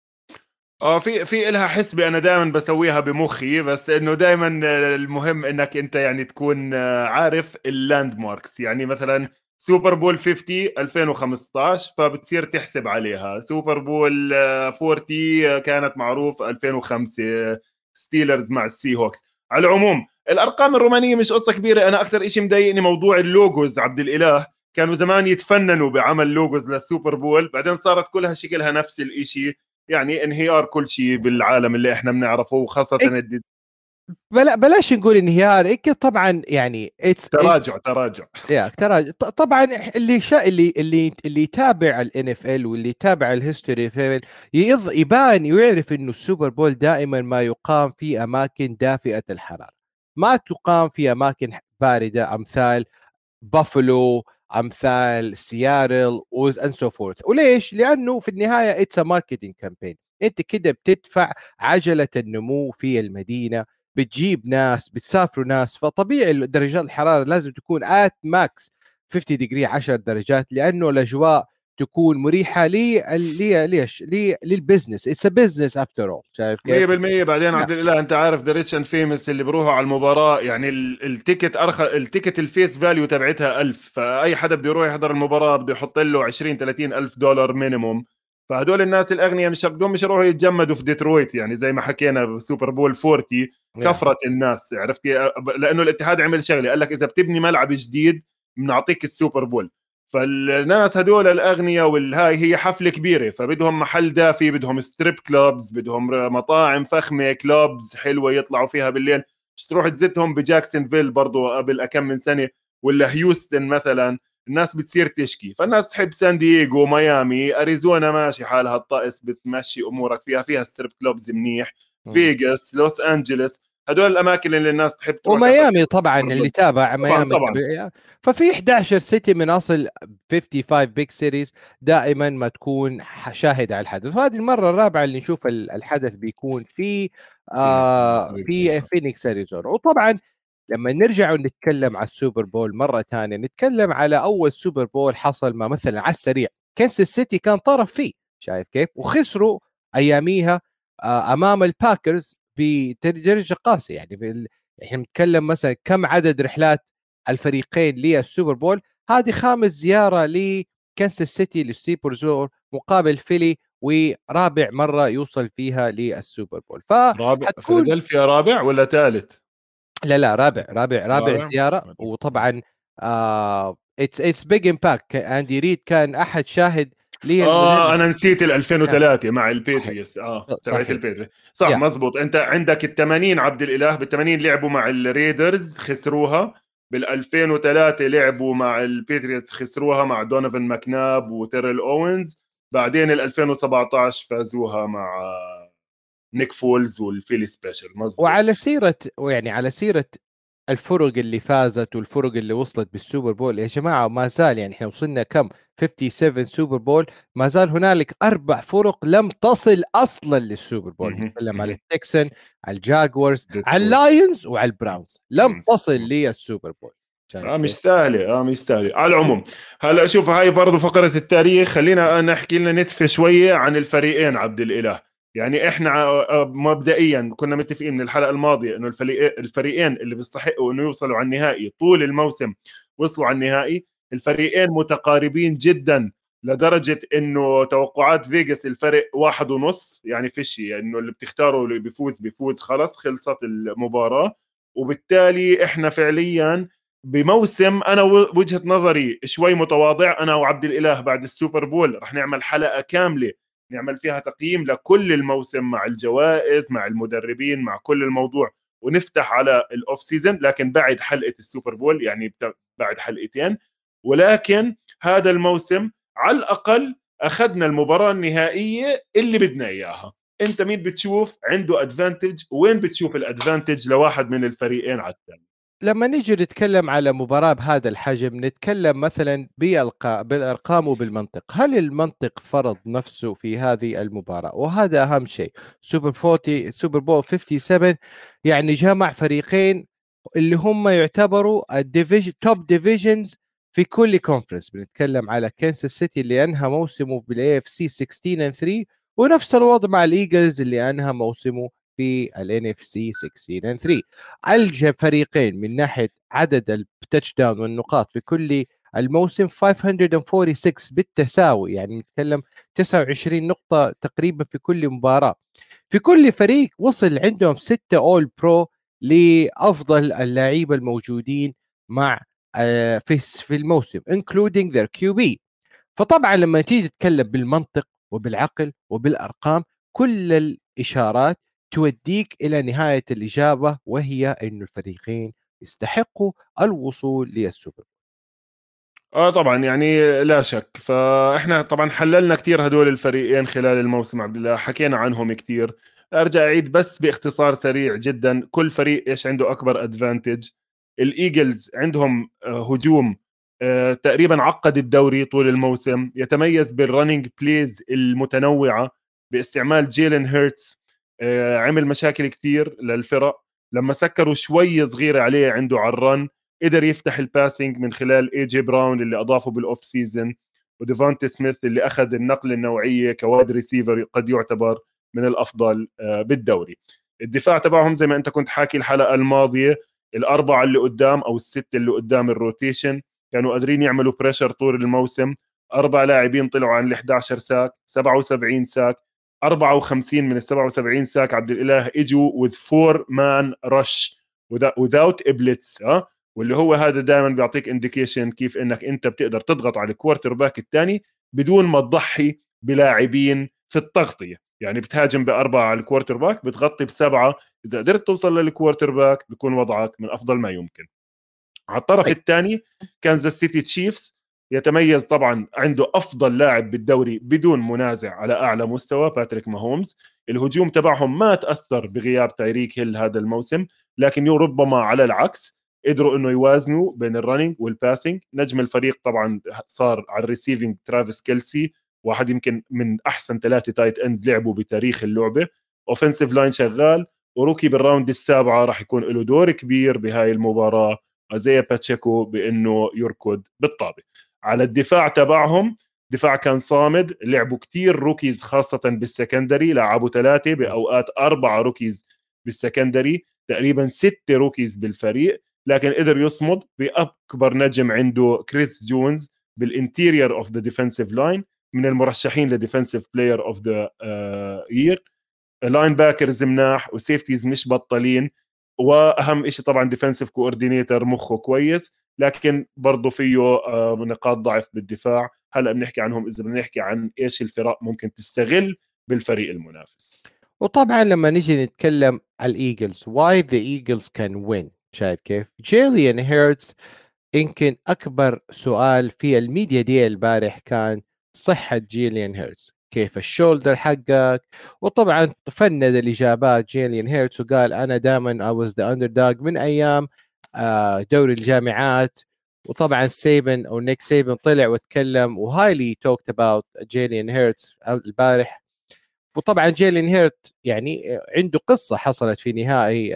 اه في إلها حسبة انا دائما بسويها بمخي، بس انه دائما المهم انك انت يعني تكون عارف اللاند ماركس. يعني مثلا سوبر بول 50 2015 فبتصير تحسب عليها، سوبر بول 40 كانت معروف 2005 ستيلرز مع السي هوكس. على العموم الارقام الرومانيه مش قصه كبيره. انا اكثر شيء مضايقني موضوع اللوجوز. عبد الاله كانوا زمان يتفننوا بعمل لوجوز للسوبر بول، بعدين صارت كلها شكلها نفس الاشي. يعني انهيار كل شيء بالعالم اللي احنا بنعرفه، وخاصة بلاش نقول انهيار، طبعا يعني تراجع. ترى طبعا اللي يتابع الان اف ال واللي يتابع الهيستوري يبان ويعرف انه السوبر بول دائما ما يقام في اماكن دافئه الحراره، ما تقام في اماكن بارده امثال بافلو، امثال سيارل وان سو فورث. وليش؟ لانه في النهايه اتس ماركتنج كامبين. انت كده بتدفع عجله النمو في المدينه، بتجيب ناس، بتسافروا ناس، فطبيعي درجات الحراره لازم تكون ات ماكس 50 ديجري 10 درجات، لانه الاجواء تكون مريحه ليش للبزنس. اتس ا بزنس افتر اول. شايف كيف؟ 100%. بعدين عبد الاله انت عارف ذا ريتش اند فيمس اللي بروحوا على المباراه، يعني التيكت التيكت الفيس فاليو تبعتها 1000، فاي حدا بده يروح يحضر المباراه بده يحط له 20 30 الف دولار مينيموم. فهدول الناس الاغنياء مش بدهم مش يروحوا يتجمدوا في ديترويت، يعني زي ما حكينا بسوبر بول 40 yeah. كفرت الناس. عرفت لانه الاتحاد عمل شغله، قال لك اذا بتبني ملعب جديد بنعطيك السوبر بول. فالناس هدول الاغنياء والهاي هي حفله كبيره، فبدهم محل دافي، بدهم ستريب كلوبز، بدهم مطاعم فخمه، كلوبز حلوه يطلعوا فيها بالليل. مش تروح تزتهم بجاكسون فيل برضو قبل كم من سنه، ولا هيوستن مثلا، الناس بتصير تشكي. فالناس تحب سان دييغو، ميامي، اريزونا ماشي حالها الطقس بتمشي امورك فيها ستريب كلوبز منيح. فيغاس، لوس انجلوس، هدول الاماكن اللي الناس تحب تروح وميامي طبعا اللي تابع طبعا ميامي طبعا. ففي 11 سيتي من اصل 55 بيج سيتيز دائما ما تكون شاهد على الحدث. وهذه المره الرابعه اللي نشوف الحدث بيكون في فينيكس اريزونا. وطبعا لما نرجع ونتكلم على السوبر بول مره ثانيه نتكلم على اول سوبر بول حصل ما مثلا على السريع كنساس سيتي كان طرف فيه، شايف كيف؟ وخسروا اياميها امام الباكرز بدرجه قاسيه. يعني احنا بنتكلم مثلا كم عدد رحلات الفريقين للسوبر بول، هذه خامس زياره لكنساس سيتي للسوبر زور مقابل فيلي، ورابع مره يوصل فيها للسوبر بول. رابع فحتكون فيلادلفيا، رابع ولا ثالث؟ لا رابع رابع. زياره. وطبعا اتس بيج امباكت. اندي ريد كان احد شاهد للمدرب. انا نسيت ال نعم 2003 مع صحيح البيتريوتس، تبعت صحيح البيتريوتس، صح يا مزبوط. انت عندك ال 80 عبد الاله، بال 80 لعبوا مع الريدرز خسروها، بال 2003 لعبوا مع البيتريوتس خسروها مع دونيفن ماكناب وتيرل اوينز، بعدين ال 2017 فازوها مع نيك فولز والفيلي سبيشل، مزبوط. وعلى سيرة ويعني على سيرة الفرق اللي فازت والفرق اللي وصلت بالسوبر بول يا جماعة، ما زال يعني احنا وصلنا كم 57 سوبر بول، ما زال هنالك 4 فرق لم تصل أصلا للسوبر بول. نتكلم على التكسن، على الجاكورز، على ديترويت. اللايونز وعلى البراونز، لم تصل للسوبر بول. شايف مش كيف؟ سهلة، مش سهلة على العموم. هلا شوف، هاي برضو فقرة التاريخ، خلينا نحكي لنا نتفه شوية عن الفريقين عبد الإله. يعني احنا مبدئيا كنا متفقين من الحلقة الماضية انه الفريقين اللي بيستحقوا انه يوصلوا على النهائي طول الموسم وصلوا على النهائي. الفريقين متقاربين جدا لدرجة انه توقعات فيغاس الفرق 1.5، يعني فيش يعني انه اللي بتختاره اللي بيفوز خلص خلصت المباراة. وبالتالي احنا فعليا بموسم، انا وجهة نظري شوي متواضع، انا وعبد الاله بعد السوبر بول رح نعمل حلقة كاملة نعمل فيها تقييم لكل الموسم مع الجوائز مع المدربين مع كل الموضوع، ونفتح على الاوف سيزون، لكن بعد حلقة السوبر بول يعني بعد حلقتين. ولكن هذا الموسم على الاقل اخذنا المباراة النهائية اللي بدنا اياها. انت مين بتشوف عنده ادفانتج، وين بتشوف الادفانتج لواحد من الفريقين على الثاني؟ لما نيجي نتكلم على مباراة بهذا الحجم نتكلم مثلا بالأرقام وبالمنطق. هل المنطق فرض نفسه في هذه المباراة؟ وهذا أهم شيء. سوبر بول 57 يعني جمع فريقين اللي هم يعتبروا توب ديفيجنز في كل كونفرنس. بنتكلم على كانساس سيتي اللي أنهى موسمه بالاي اف سي 16 3، ونفس الوضع مع الايجلز اللي أنهى موسمه في الان اف سي 16 3. ألجأ فريقين من ناحية عدد التاتش داون والنقاط في كل الموسم 546 بالتساوي، يعني نتكلم 29 نقطة تقريبا في كل مباراة. في كل فريق وصل عندهم 6 اول برو لأفضل اللعيبة الموجودين مع في الموسم including their QB. فطبعا لما تيجي تتكلم بالمنطق وبالعقل وبالارقام كل الاشارات توديك الى نهايه الاجابه، وهي انه الفريقين يستحقوا الوصول للسوبر. طبعا يعني لا شك. فاحنا طبعا حللنا كثير هدول الفريقين خلال الموسم عبد الله، حكينا عنهم كثير. ارجع اعيد بس باختصار سريع جدا كل فريق ايش عنده اكبر ادفانتج. الايجلز عندهم هجوم تقريبا عقد الدوري طول الموسم، يتميز بالرننج بليز المتنوعه باستعمال جيلين هيرتس. عمل مشاكل كثير للفرق لما سكروا شوي صغيره عليه عنده على الرن، قدر يفتح الباسنج من خلال اي جي براون اللي اضافه بالاوف سيزون، وديفونتي سميث اللي اخذ النقله النوعيه كواد ريسيفر قد يعتبر من الافضل بالدوري. الدفاع تبعهم زي ما انت كنت حاكي الحلقه الماضيه، الاربعه اللي قدام او السته اللي قدام الروتيشن كانوا قادرين يعملوا بريشر طول الموسم. 4 لاعبين طلعوا عن ال 11 ساك، 77 ساك، 54 من ال 77 ساك عبد الاله اجوا with 4 man rush without a blitz. واللي هو هذا دائما بيعطيك انديكيشن كيف انك انت بتقدر تضغط على الكوارتر باك الثاني بدون ما تضحي بلاعبين في التغطيه. يعني بتهاجم ب4 على الكوارتر باك، بتغطي ب7. اذا قدرت توصل للكوارتر باك بيكون وضعك من افضل ما يمكن. على الطرف طيب الثاني كانزاس سيتي تشيفز يتميز طبعا عنده افضل لاعب بالدوري بدون منازع على اعلى مستوى باتريك ماهومز. الهجوم تبعهم ما تأثر بغياب تايريك هيل هذا الموسم، لكن ربما على العكس قدروا انه يوازنوا بين الرننج والباسنج. نجم الفريق طبعا صار على الريسيفنج ترافيس كيلسي، واحد يمكن من احسن 3 تايت اند لعبوا بتاريخ اللعبه. اوفنسيف لاين شغال، وروكي بالراوند السابعه راح يكون له دور كبير بهاي المباراه زي باتشيكو بانه يركض بالطابه. على الدفاع تبعهم، دفاع كان صامد، لعبوا كتير روكيز خاصة بالسكندري، لعبوا 3 بأوقات 4 روكيز بالسكندري، تقريبا 6 روكيز بالفريق، لكن قدر يصمد بأكبر نجم عنده كريس جونز بالانتيريور اوف ذا ديفنسيف لاين، من المرشحين لديفنسيف بلاير اوف ذا يير. لاين باكرز مناح وسيفتيز مش بطلين، واهم شيء طبعا ديفنسيف كوردينيتور مخه كويس، لكن برضه فيه نقاط ضعف بالدفاع. هلا بنحكي عنهم اذا بنحكي عن ايش الفرق ممكن تستغل بالفريق المنافس. وطبعا لما نيجي نتكلم على الايجلز why the Eagles can win، شايف كيف؟ جيليان هيرتز يمكن اكبر سؤال في الميديا دي البارح كان صحة جيليان هيرتز، كيف الشولدر حقك؟ وطبعا فند الاجابات جيليان هيرتز وقال انا دائما I was the underdog من ايام دوري الجامعات. وطبعا سيبن او نيك سيبن طلع وتكلم وهايلي توكت اباوت جيليان هيرتز البارح. وطبعا جيلين هيرت يعني عنده قصة حصلت في نهائي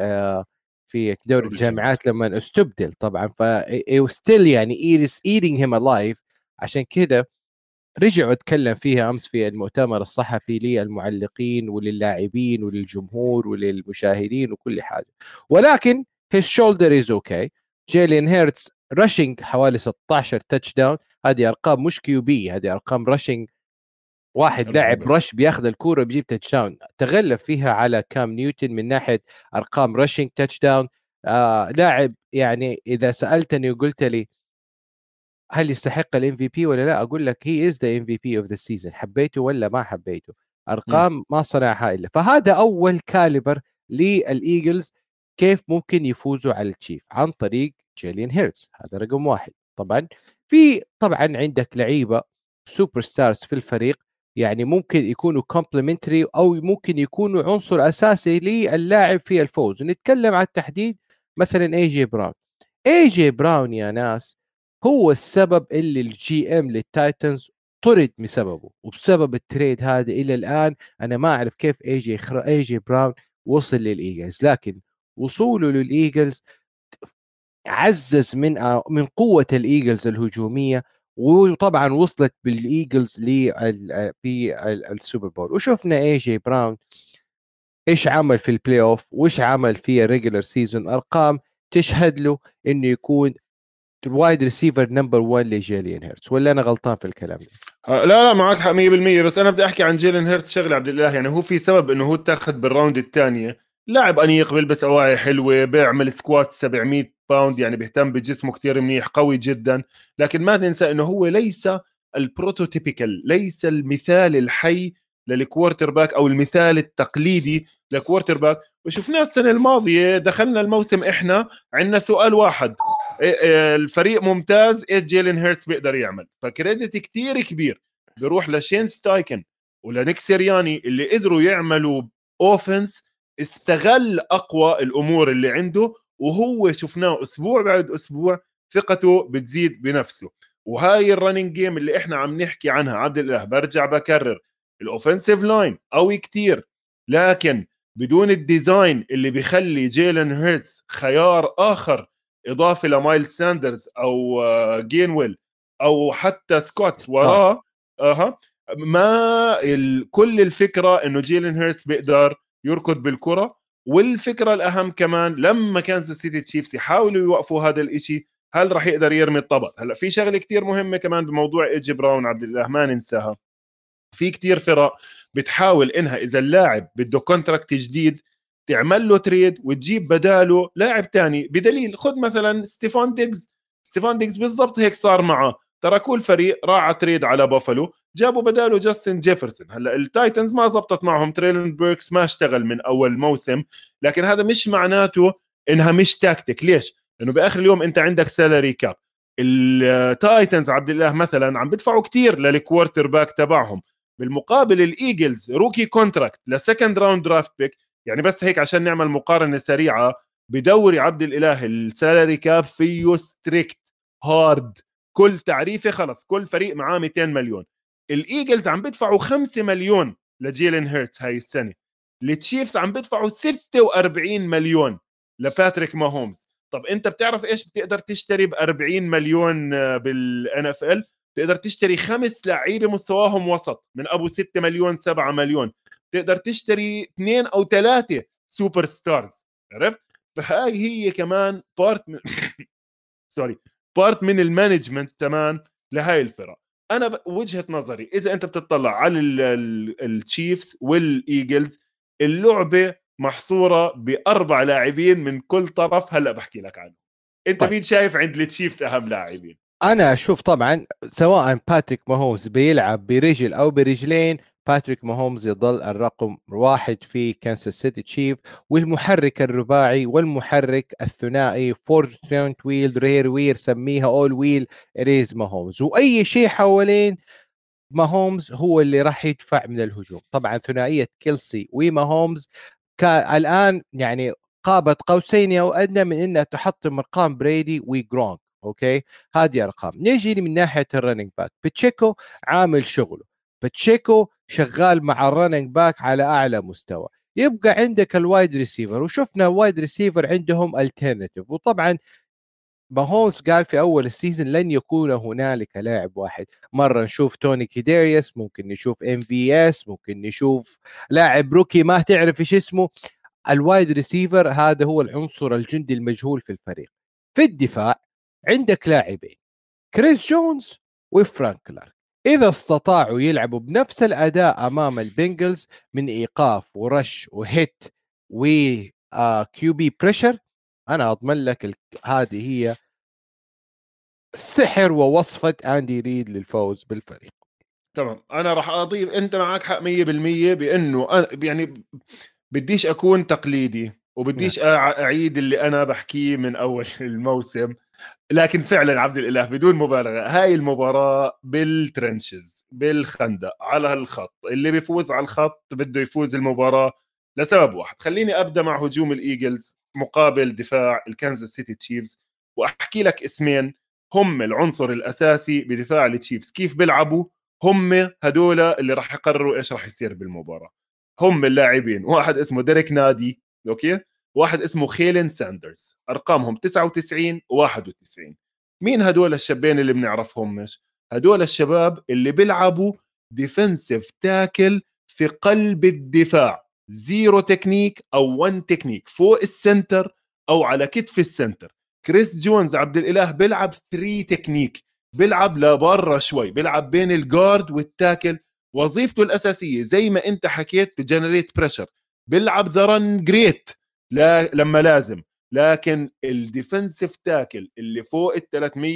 في دوري الجامعات لما استبدل طبعا، ف still يعني eating him alive. عشان كده رجعوا اتكلم فيها امس في المؤتمر الصحفي للمعلقين وللاعبين وللجمهور وللمشاهدين وكل حاجة. ولكن his shoulder is okay. جيلين هيرتس رشنج حوالي 16 تاتش داون، هذه ارقام مش QB، هذه ارقام رشنج. واحد لاعب رش بياخذ الكوره بيجيب تاتش داون، تغلب فيها على كام نيوتن من ناحيه ارقام رشنج تاتش داون. لاعب يعني اذا سالتني وقلت لي هل يستحق الام في بي ولا لا، اقول لك هي از ذا ام في بي اوف ذا سيزون، حبيته ولا ما حبيته. ارقام ما صنعها الا، فهذا اول كاليبر للايجلز كيف ممكن يفوزوا على التشيف عن طريق جيلين هيرتز. هذا رقم واحد. طبعا في طبعا عندك لعيبه سوبر ستارز في الفريق، يعني ممكن يكونوا كومبلمنتري او ممكن يكونوا عنصر اساسي للاعب في الفوز. ونتكلم على التحديد مثلا اي جي براون. اي جي براون يا ناس هو السبب اللي الجي ام للتايتنز طرد بسببه، وبسبب التريد هذا الى الان انا ما اعرف كيف اي جي براون وصل للايجلز، لكن وصوله للايجلز عزز من قوه الايجلز الهجوميه، وطبعا وصلت بالايجلز في السوبر بول. وشفنا اي جي براون ايش عمل في البلاي اوف وايش عمل في الريجولر سيزون، ارقام تشهد له انه يكون الوايد ريسيفر نمبر 1 لجيلين هيرتس. ولا انا غلطان في الكلام ده؟ لا معك حق 100%. بس انا بدي احكي عن جيلين هيرتس شغله عبد الله، يعني هو في سبب انه هو اتاخذ بالراوند الثانيه. لاعب انيق، بيلبس اواعي حلوه، بيعمل سكوات 700 باوند، يعني بيهتم بجسمه كثير منيح، قوي جدا. لكن ما ننسى انه هو ليس البروتوتيبيكال، ليس المثال الحي للكوارتر باك او المثال التقليدي لكوارتر باك. وشفناه السنه الماضيه، دخلنا الموسم احنا عندنا سؤال واحد: الفريق ممتاز، ايش جيلين هيرتس بيقدر يعمل؟ فكريدت كتير كبير بيروح لشين ستايكن ولنيك سيرياني اللي قدروا يعملوا اوفنس استغل اقوى الامور اللي عنده، وهو شفناه اسبوع بعد اسبوع ثقته بتزيد بنفسه. وهاي الرننج جيم اللي احنا عم نحكي عنها عبد الله، برجع بكرر، الاوفنسيف لاين قوي كتير، لكن بدون الديزاين اللي بيخلي جيلين هيرتس خيار اخر اضافه لمايل ساندرز او جينويل او حتى سكوت وراه. ما كل الفكره انه جيلين هيرتس بيقدر يركض بالكره. والفكره الاهم كمان، لما كانزاس سيتي تشيفز يحاولوا يوقفوا هذا الاشي، هل راح يقدر يرمي الطبق؟ هلا في شغله كتير مهمه كمان بموضوع ايجي براون عبد الله ما ننساها. في كتير فرق بتحاول انها اذا اللاعب بده كونتراكت جديد تعمل له تريد وتجيب بداله لاعب تاني، بدليل خد مثلا ستيفان ديجز بالضبط هيك صار معه، تركوا الفريق راح تريد على بافلو، جابوا بداله جاستن جيفرسون. هلا التايتنز ما زبطت معهم، تريلن بيركس ما اشتغل من اول موسم، لكن هذا مش معناته انها مش تاكتيك. ليش؟ لانه باخر اليوم انت عندك سالاري كاب. التايتنز عبد الله مثلا عم بدفعوا كتير للكوارتر باك تبعهم، بالمقابل الايجلز روكي كونتراكت لسكند راوند درافت بيك. يعني بس هيك عشان نعمل مقارنه سريعه، بدوري عبد الاله السالري كاب فيه ستريكت هارد، كل تعريفه خلص كل فريق معاه 200 مليون. الايجلز عم بدفعوا 5 مليون لجيلين هيرتس هاي السنه، التشيفز عم بدفعوا 46 مليون لباتريك ماهومز. طب انت بتعرف ايش بتقدر تشتري ب 40 مليون بالان اف ال؟ تقدر تشتري 5 لعيبه مستواهم وسط من ابو 6 مليون 7 مليون، تقدر تشتري 2 او 3 سوبر ستارز. عرفت؟ فهاي هي كمان بارت من سوري، بارت من المانجمنت تمام لهاي الفرق. انا وجهة نظري اذا انت بتطلع على التشيفز والايجلز، اللعبة محصورة باربع لاعبين من كل طرف. هلا بحكي لك عنه. انت طيب مين شايف عند التشيفز اهم لاعبين؟ انا اشوف طبعا سواء باتريك ماهومز بيلعب برجل او برجلين، باتريك ماهومز يظل الرقم واحد في كانساس سيتي تشيف، والمحرك الرباعي والمحرك الثنائي فور فرونت ويل رير ويل سميها اول ويل ريز ماهومز، واي شيء حوالين ماهومز هو اللي راح يدفع من الهجوم. طبعا ثنائيه كيلسي وماهومز الان يعني قاب قوسين او ادنى من انها تحطم ارقام بريدي وجرونك. اوكي، هذه ارقام. نيجي من ناحيه الرننج باك، باتشيكو عامل شغله، باتشيكو شغال مع الرننج باك على اعلى مستوى. يبقى عندك الوايد ريسيفر، وشفنا الوايد ريسيفر عندهم الترناتيف. وطبعا ماهومز قال في اول السيزون لن يكون هنالك لاعب واحد، مره نشوف توني كيداريوس، ممكن نشوف ام في اس، ممكن نشوف لاعب روكي ما تعرف ايش اسمه. الوايد ريسيفر هذا هو العنصر الجندي المجهول في الفريق. في الدفاع عندك لاعبين، كريس جونز وفرانك كلارك، اذا استطاعوا يلعبوا بنفس الاداء امام البنجلز من ايقاف ورش وهيت و كيو بي بريشر، انا اضمن لك هذه هي سحر ووصفة أندي ريد للفوز بالفريق. تمام، انا راح اضيف، انت معك حق 100% بانه أنا يعني بديش اكون تقليدي نعم. وبديش اعيد اللي انا بحكيه من اول الموسم، لكن فعلا عبد الاله بدون مبالغه هاي المباراه بالترنشز بالخندق على الخط، اللي بيفوز على الخط بده يفوز المباراه لسبب واحد. خليني ابدا مع هجوم الايجلز مقابل دفاع الكنزاس سيتي تشيفز، واحكي لك اسمين هم العنصر الاساسي بدفاع التشيفز كيف بيلعبوا. هم هدول اللي راح يقرروا ايش راح يصير بالمباراه. هم اللاعبين، واحد اسمه ديريك نادي، اوكي، واحد اسمه خيلين ساندرز، ارقامهم 99 و91. مين هدول الشابين اللي بنعرفهم؟ مش هدول الشباب اللي بيلعبوا ديفنسيف تاكل في قلب الدفاع، زيرو تكنيك او 1 تكنيك فوق السنتر او على كتف السنتر. كريس جونز عبد الاله بيلعب 3 تكنيك، بيلعب لبرا شوي، بيلعب بين الجارد والتاكل. وظيفته الاساسيه زي ما انت حكيت بجنريت بريشر، بيلعب ذا رن جريت لما لازم. لكن الديفنسيف تاكل اللي فوق ال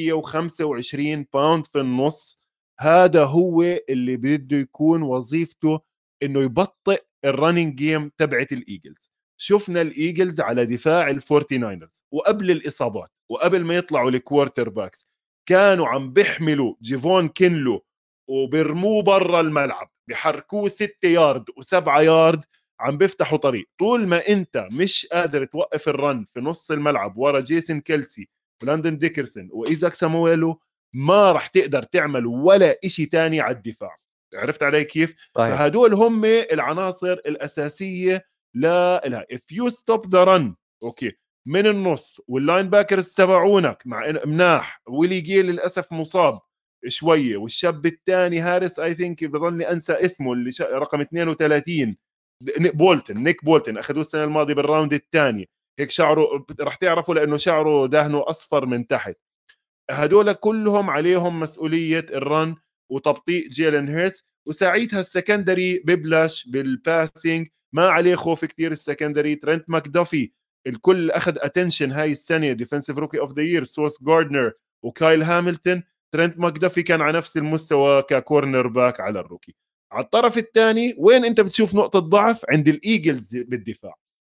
325 باوند في النص، هذا هو اللي بده يكون وظيفته، انه يبطئ الرننج جيم تبعت الايجلز. شفنا الايجلز على دفاع الفورتي ناينرز وقبل الاصابات وقبل ما يطلعوا الكوارتر باكس كانوا عم بيحملوا جيفون كينلو وبرموه برا الملعب، بحركوه 6 يارد و7 يارد، عم بيفتحوا طريق. طول ما انت مش قادر توقف الرن في نص الملعب ورا جيسون كيلسي ولاندن ديكرسون وايزاك سامويلو، ما راح تقدر تعمل ولا اشي تاني على الدفاع. عرفت علي كيف؟ صحيح. فهدول هم العناصر الأساسية لا if you stop the run، اوكي، من النص واللاين باكرز تبعونك مع مناح، ويلي جيل للاسف مصاب شويه، والشاب الثاني هاريس اي ثينك بضلني انسى اسمه اللي رقم 32، نيك بولتن اخذوه السنه الماضيه بالراوند الثاني، هيك شعره راح تعرفوا لانه شعره دهنه اصفر من تحت. هدول كلهم عليهم مسؤوليه الرن وتبطيء جيلن هيرس، وساعتها السكندري ببلش بالباسنج، ما عليه خوف كتير السكندري. ترنت ماكدافي الكل اخذ اتنشن هاي السنه، ديفنسيف روكي اوف ذا يير، سوس جاردنر وكايل هامilton. ترنت ماكدافي كان على نفس المستوى ككورنر باك على الروكي. على الطرف الثاني وين انت بتشوف نقطه ضعف عند الايجلز بالدفاع؟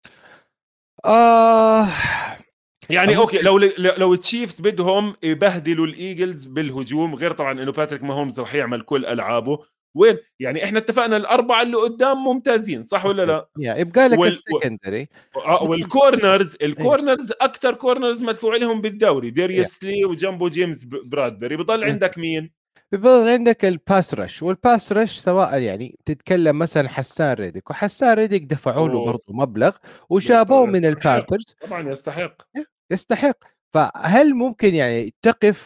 آه يعني اوكي، ممكن. لو التشيفز بدهم يبهدلوا الايجلز بالهجوم، غير طبعا انه باتريك ماهومز رح يعمل كل العابه، وين يعني احنا اتفقنا الاربعه اللي قدام ممتازين صح ولا لا؟ يبقى لك السكندري. والكورنرز إيه. اكثر كورنرز مدفوع لهم بالدوري، إيه. ديريوس لي وجنبو جيمس برادبري، بضل عندك مين؟ بيظل عندك الباس رش، والباس رش سواء يعني تتكلم مثلا حسان ريدك، وحسان ريدك دفعوا له اوه برضه مبلغ وشابوه من يستحق، البانثرز. طبعا يستحق. يستحق. فهل ممكن يعني تقف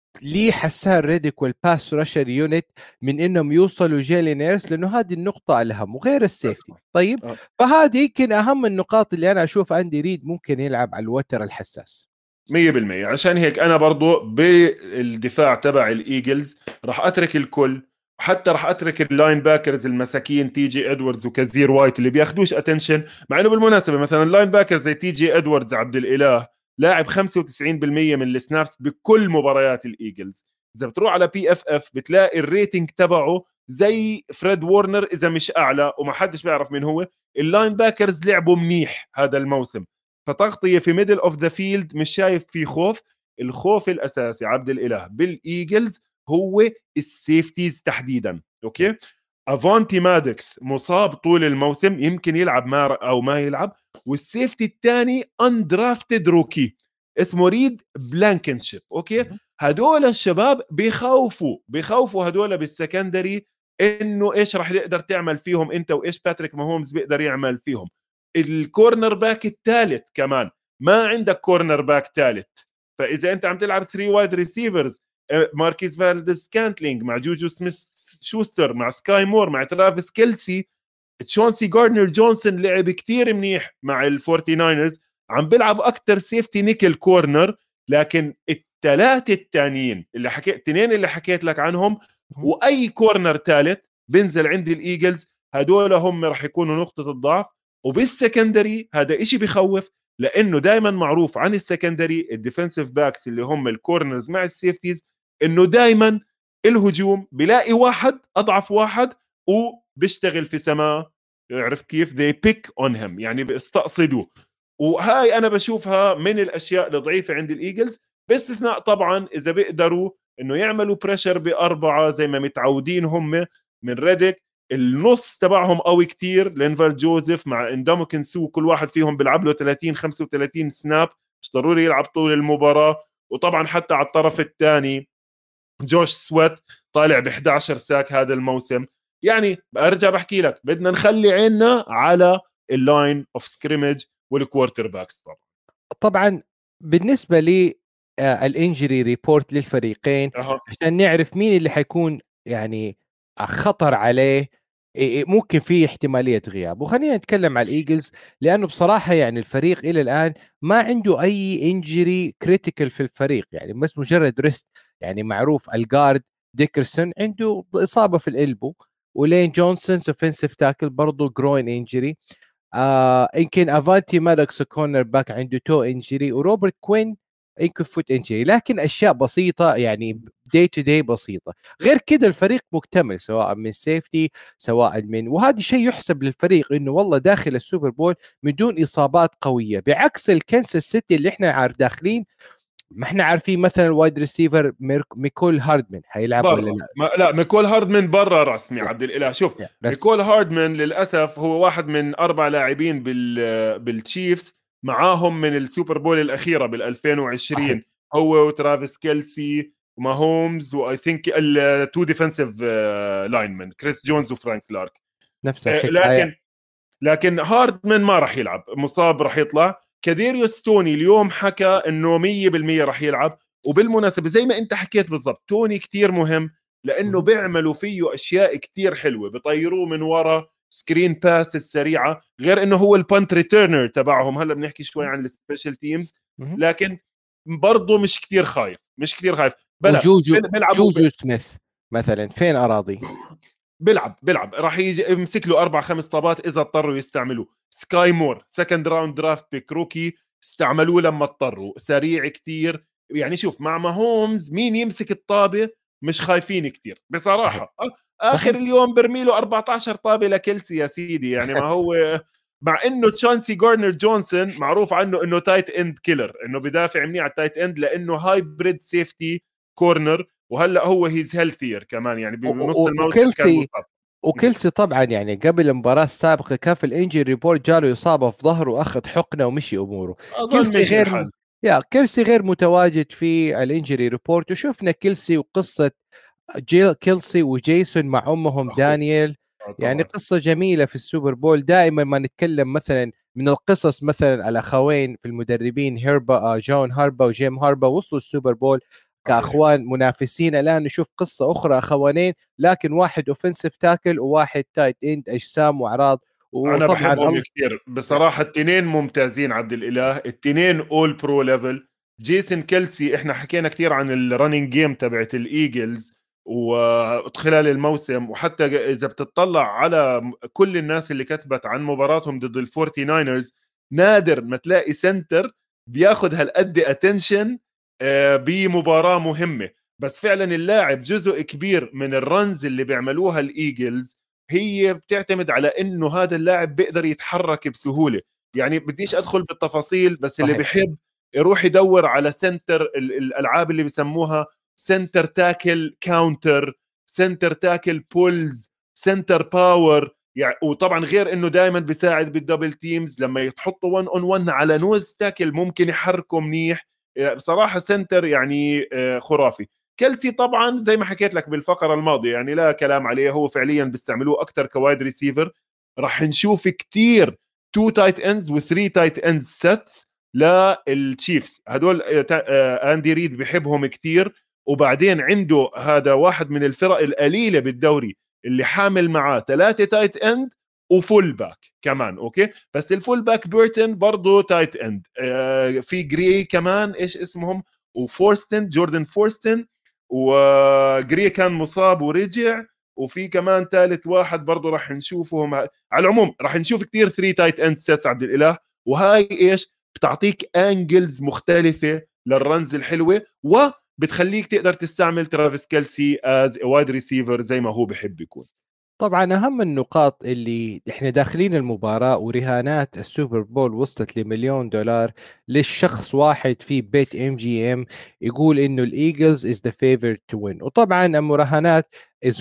لحسان ريدك والباس رشر يونت من انهم يوصلوا جيلي نيرس؟ لانه هذه النقطة الاهم وغير السيفتي. طيب، فهذه يمكن اهم النقاط اللي انا اشوف اندي ريد ممكن يلعب على الوتر الحساس. 100%. عشان هيك انا برضو بالدفاع تبع الايجلز راح اترك الكل، وحتى راح اترك اللاين باكرز المساكين تي جي ادواردز وكزير وايت اللي بياخدوش اتنشن. مع انه بالمناسبه مثلا اللاين باكرز زي تي جي ادواردز عبد الاله لاعب 95% من السنابس بكل مباريات الايجلز. اذا بتروح على بي اف اف بتلاقي الريتنج تبعه زي فريد وورنر اذا مش اعلى، وما حدش بيعرف مين هو. اللاين باكرز لعبوا منيح هذا الموسم، فتغطيه في ميدل اوف ذا فيلد مش شايف في خوف. الخوف الاساسي عبد الاله بالايجلز هو السيفتيز تحديدا. اوكي، افونتي مادكس مصاب طول الموسم، يمكن يلعب ما او ما يلعب. والسيفتي الثاني اندرافتد روكي اسمه ريد بلانكنشيب. اوكي، هدول الشباب بيخوفوا هدول بالسكندري انه ايش راح يقدر تعمل فيهم انت، وايش باتريك ماهومز بيقدر يعمل فيهم. الكورنر باك الثالث كمان ما عندك كورنر باك ثالث، فاذا انت عم تلعب 3 وايد ريسيفرز، ماركيز فالديز كانتلينج مع جوجو سميث شوستر مع سكاي مور مع ترافيس كيلسي، تشونسي جاردنر جونسون لعب كتير منيح مع الفورتي ناينرز، عم بيلعب اكتر سيفتي نيكل كورنر. لكن الثلاثه الثانيين اللي حكيت، اثنين اللي حكيت لك عنهم واي كورنر ثالث بنزل عند الايجلز، هدول هم راح يكونوا نقطه الضعف. وبالسكندري هذا إشي بخوف، لانه دائما معروف عن السكندري الديفنسيف باكس اللي هم الكورنرز مع السيفتيز انه دائما الهجوم بيلاقي واحد اضعف واحد وبيشتغل في سماه. عرفت كيف؟ they pick on him، يعني بيستقصدوه. وهاي انا بشوفها من الاشياء الضعيفه عند الايجلز، باستثناء طبعا اذا بيقدروا انه يعملوا بريشر باربعه زي ما متعودين هم من ريديك. النص تبعهم قوي كتير، لينفال جوزيف مع انداموكن سو كل واحد فيهم بيلعب له 30 35 سناب، مش ضروري يلعب طول المباراه. وطبعا حتى على الطرف الثاني جوش سويت طالع ب 11 ساك هذا الموسم. يعني ارجع بحكي لك بدنا نخلي عيننا على اللاين اوف سكريمج والكوارتر باكس. طبعا بالنسبه لي الانجري ريبورت للفريقين عشان نعرف مين اللي حيكون يعني خطر عليه، ممكن في احتماليه غياب. وخلينا نتكلم على الايجلز، لانه بصراحه يعني الفريق الى الان ما عنده اي انجري كريتيكال في الفريق، يعني بس مجرد ريست. يعني معروف الجارد ديكرسون عنده اصابه في الالبو، ولين جونسون اوفنسيف تاكل برضه جروين انجري. يمكن افانتي مادكس كورنر باك عنده تو انجري، وروبرت كوين يمكن فوت انجري، لكن اشياء بسيطه يعني داي تو داي بسيطه. غير كده الفريق مكتمل سواء من سيفتي سواء من، وهذا شيء يحسب للفريق انه والله داخل السوبر بول من دون اصابات قويه، بعكس الكنساس سيتي اللي احنا عارف داخلين ما احنا عارفين مثلا الوايد ريسيفر ميكول هاردمان هيلعب ولا برا. لا. لا ميكول هاردمان برا رسمي عبد الاله. شوف بس ميكول هاردمان للاسف هو واحد من 4 لاعبين بالتشيفز معاهم من السوبر بول الاخيره بال 2020، هو وترافيس كيلسي وماهومز واي ثينك التو ديفنسيف لاينمن كريس جونز وفرانك كلارك. نفس الحكايه. لكن هاردمان ما راح يلعب، مصاب راح يطلع. كاديريوس توني اليوم حكى انه 100% راح يلعب. وبالمناسبه زي ما انت حكيت بالضبط، توني كتير مهم لانه بيعملوا فيه اشياء كتير حلوه، بيطيروه من ورا سكرين باس السريعه، غير انه هو البانت ريتيرنر تبعهم. هلا بنحكي شوي عن السبيشال تيمز، لكن برضه مش كتير خايف، مش كتير خايف. بلا جوجو سميث مثلا فين اراضي؟ بيلعب راح يمسك له 4-5 طابات اذا اضطروا يستعملوه. سكاي مور سكند راوند درافت بيك روكي، استعملوه لما اضطروا، سريع كتير. يعني شوف مع ماهومز مين يمسك الطابه مش خايفين كتير بصراحه. اخر اليوم برمي له 14 طابه لكيلسي يا سيدي. يعني ما هو مع انه تشانسي جاردنر جونسون معروف عنه انه تايت اند كيلر، انه بدافع منيح على التايت اند لانه هايبريد سيفتي كورنر، وهلا هو هيز هيلثير كمان، يعني بنص الموسم كان وكيلسي مصاب. وكيلسي طبعا يعني قبل المباراة السابقة كان في الانجري ريبورت جاله إصابة في ظهره وأخذ حقنة ومشي أموره. اظن كيلسي مشي غير الحال. كيلسي غير متواجد في الانجري ريبورت، وشفنا كيلسي وقصة كيلسي وجيسون مع أمهم اخوه. دانيال. يعني طبعا. قصة جميلة في السوبر بول. دائما ما نتكلم مثلا من القصص، مثلا الأخوين في المدربين هيربا، جون هاربا وجيم هاربا، وصلوا السوبر بول صحيح. كأخوان منافسين. الآن نشوف قصة أخرى، أخوانين لكن واحد اوفنسيف تاكل وواحد تايت اند، أجسام وأعراض. انا وطبعا بحبهم الله. كثير بصراحه، التنين ممتازين عبد الاله، التنين اول برو ليفل. جيسون كيلسي احنا حكينا كثير عن الرننج جيم تبعت الايجلز وخلال الموسم، وحتى اذا بتطلع على كل الناس اللي كتبت عن مباراتهم ضد الفورتي ناينرز، نادر ما تلاقي سنتر بياخذ هالقد اتنشن بمباراه مهمه. بس فعلا اللاعب جزء كبير من الرنز اللي بيعملوها الايجلز هي بتعتمد على انه هذا اللاعب بيقدر يتحرك بسهوله. يعني بديش ادخل بالتفاصيل، بس اللي صحيح. بيحب يروح يدور على سنتر الالعاب اللي بسموها سنتر تاكل كاونتر، سنتر تاكل بولز، سنتر باور. يعني وطبعا غير انه دائما بيساعد بالدبل تيمز لما يتحطوا 1 اون 1 على نوز تاكل ممكن يحركه منيح. بصراحه سنتر يعني خرافي. كيلسي طبعا زي ما حكيت لك بالفقره الماضيه يعني لا كلام عليه، هو فعليا بيستعملوه اكثر كوايد ريسيفر. راح نشوف كثير 2 تايت اندز و3 تايت اندز سيتس للتشيفز هدول. اندي ريد بحبهم كثير. وبعدين عنده هذا واحد من الفرق القليله بالدوري اللي حامل معاه 3 تايت اند وفول باك كمان. اوكي بس الفول باك بيرتون برضه تايت اند. في جري كمان ايش اسمهم، وفورستن، جوردن فورستن، وجري كان مصاب ورجع. وفي كمان ثالث واحد برضه راح نشوفهم. على العموم راح نشوف كثير 3 تايت اند سيتس عبد الاله، وهاي ايش بتعطيك انجلز مختلفه للرنز الحلوه، وبتخليك تقدر تستعمل ترافيس كيلسي از وايد ريسيفر زي ما هو بحب يكون. طبعا أهم النقاط اللي إحنا داخلين المباراة، ورهانات السوبر بول وصلت لمليون دولار للشخص واحد في بيت ام جي ام يقول إنه الإيجلز is the favorite to win. وطبعا المراهنات is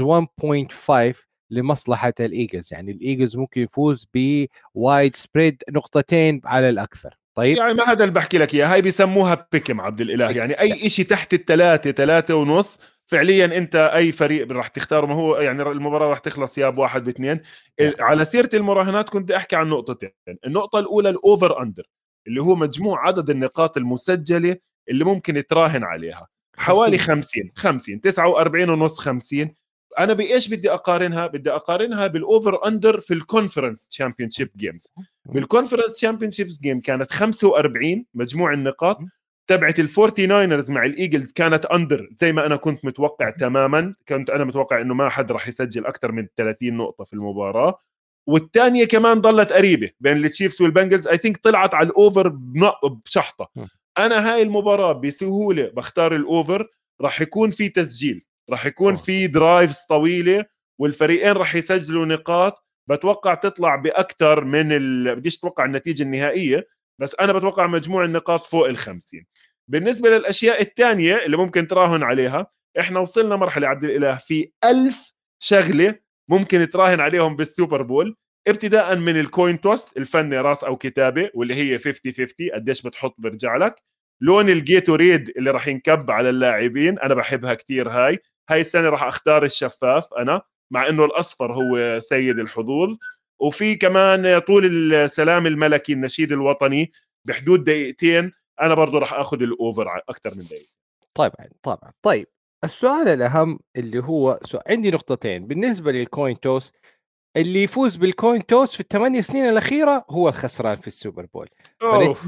1.5 لمصلحة الإيجلز، يعني الإيجلز ممكن يفوز بوايد سبريد نقطتين على الأكثر. طيب. يعني ما هذا اللي بحكي لك اياه، هاي بيسموها بيكم عبد الاله. يعني اي اشي تحت الثلاثة، ثلاثة ونص، فعليا انت اي فريق راح تختاره. ما هو يعني المباراة راح تخلص يا بواحد باثنين. على سيرة المراهنات كنت احكي عن نقطتين. النقطة الاولى الاوفر اندر، اللي هو مجموع عدد النقاط المسجلة اللي ممكن تراهن عليها. حوالي 50. 50 50 49 ونص 50. انا بايش بدي اقارنها؟ بدي اقارنها بالاوفر اندر في الكونفرنس تشامبيون شيب جيمز. بالكونفرنس تشامبيونشيبس جيم كانت 45 مجموع النقاط تبعت الفورتي ناينرز مع الايجلز، كانت اندر زي ما انا كنت متوقع تماما. كنت انا متوقع انه ما حد راح يسجل اكثر من 30 نقطه في المباراه. والثانيه كمان ضلت قريبه بين التشيفز والبنجلز، اي ثينك طلعت على الاوفر بشحطه. انا هاي المباراه بسهوله بختار الاوفر. راح يكون في تسجيل، راح يكون في درايفز طويله، والفريقين راح يسجلوا نقاط. بتوقع تطلع باكثر من بديش اتوقع النتيجه النهائيه، بس انا بتوقع مجموع النقاط فوق ال50. بالنسبه للاشياء الثانيه اللي ممكن تراهن عليها، احنا وصلنا مرحله عبد الاله في 1000 شغله ممكن تراهن عليهم بالسوبر بول. ابتداء من الكوين توس، الفني راس او كتابه، واللي هي 50 50 قديش بتحط برجع لك. لون الجيتوريد اللي راح ينكب على اللاعبين انا بحبها كثير. هاي السنه راح اختار الشفاف انا، مع انه الاصفر هو سيد الحظوظ. وفي كمان طول السلام الملكي النشيد الوطني بحدود دقيقتين، انا برضو راح اخذ الاوفر اكثر من دقيقه. طبعا طبعا. طيب، السؤال الأهم اللي هو عندي نقطتين بالنسبة للكوين توس. اللي يفوز بالكوين توس في ال8 سنين الأخيرة هو الخسران في السوبر بول. اوه.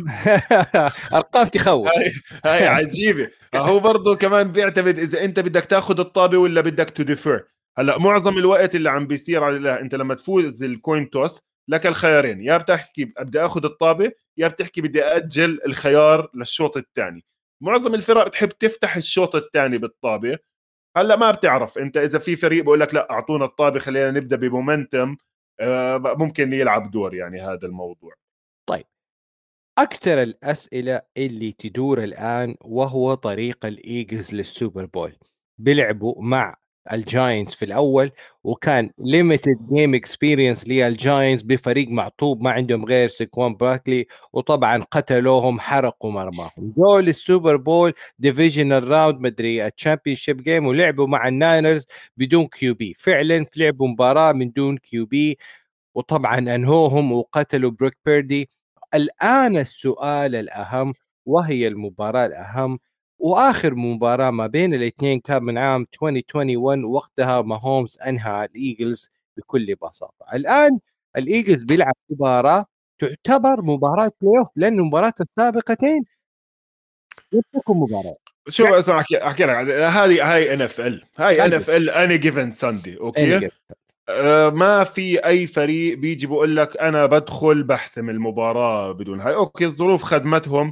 أرقام تخوف. هاي عجيبه. هو برضه كمان بيعتمد اذا انت بدك تاخذ الطابه ولا بدك تو ديفير. هلا معظم الوقت اللي عم بيصير على انت لما تفوز الكوين توس لك الخيارين، يا بتحكي بدي اخذ الطابه، يا بتحكي بدي اجل الخيار للشوط الثاني. معظم الفرق بتحب تفتح الشوط الثاني بالطابه. هلا ما بتعرف انت اذا في فريق بقول لك لا اعطونا الطابه خلينا نبدا بمومنتم، ممكن يلعب دور يعني هذا الموضوع. طيب، أكثر الأسئلة اللي تدور الآن وهو طريق الإيجلز للسوبر بول. بيلعبوا مع الجاينتس في الاول، وكان ليميتد جيم اكسبيرينس للجاينتس بفريق معطوب ما عندهم غير سيكوان باكلي، وطبعا قتلوهم حرقوا مرماهم. دول السوبر بول ديفيجنال راوند مدري الشامبيون شيب جيم، ولعبوا مع الناينرز بدون كيو بي. فعلا لعبوا مباراه من دون كيو بي، وطبعا انهوهم وقتلوا بروك بيردي. الان السؤال الاهم، وهي المباراه الاهم واخر مباراه ما بين الاثنين، كان من عام 2021. وقتها ما هومز انهى الايجلز بكل بساطه. الان الايجلز بيلعب مباراه تعتبر مباراه بلاي اوف، لان المباراه السابقتين لم تكن مباراه. شوف اسمع، احكي لك هاي ان اف ال، هاي ان ايوه اف ال اني جيفن ساندي، اني اوكي. جيم. ما في اي فريق بيجي بقول لك انا بدخل بحسم المباراه بدون هاي. اوكي الظروف خدمتهم.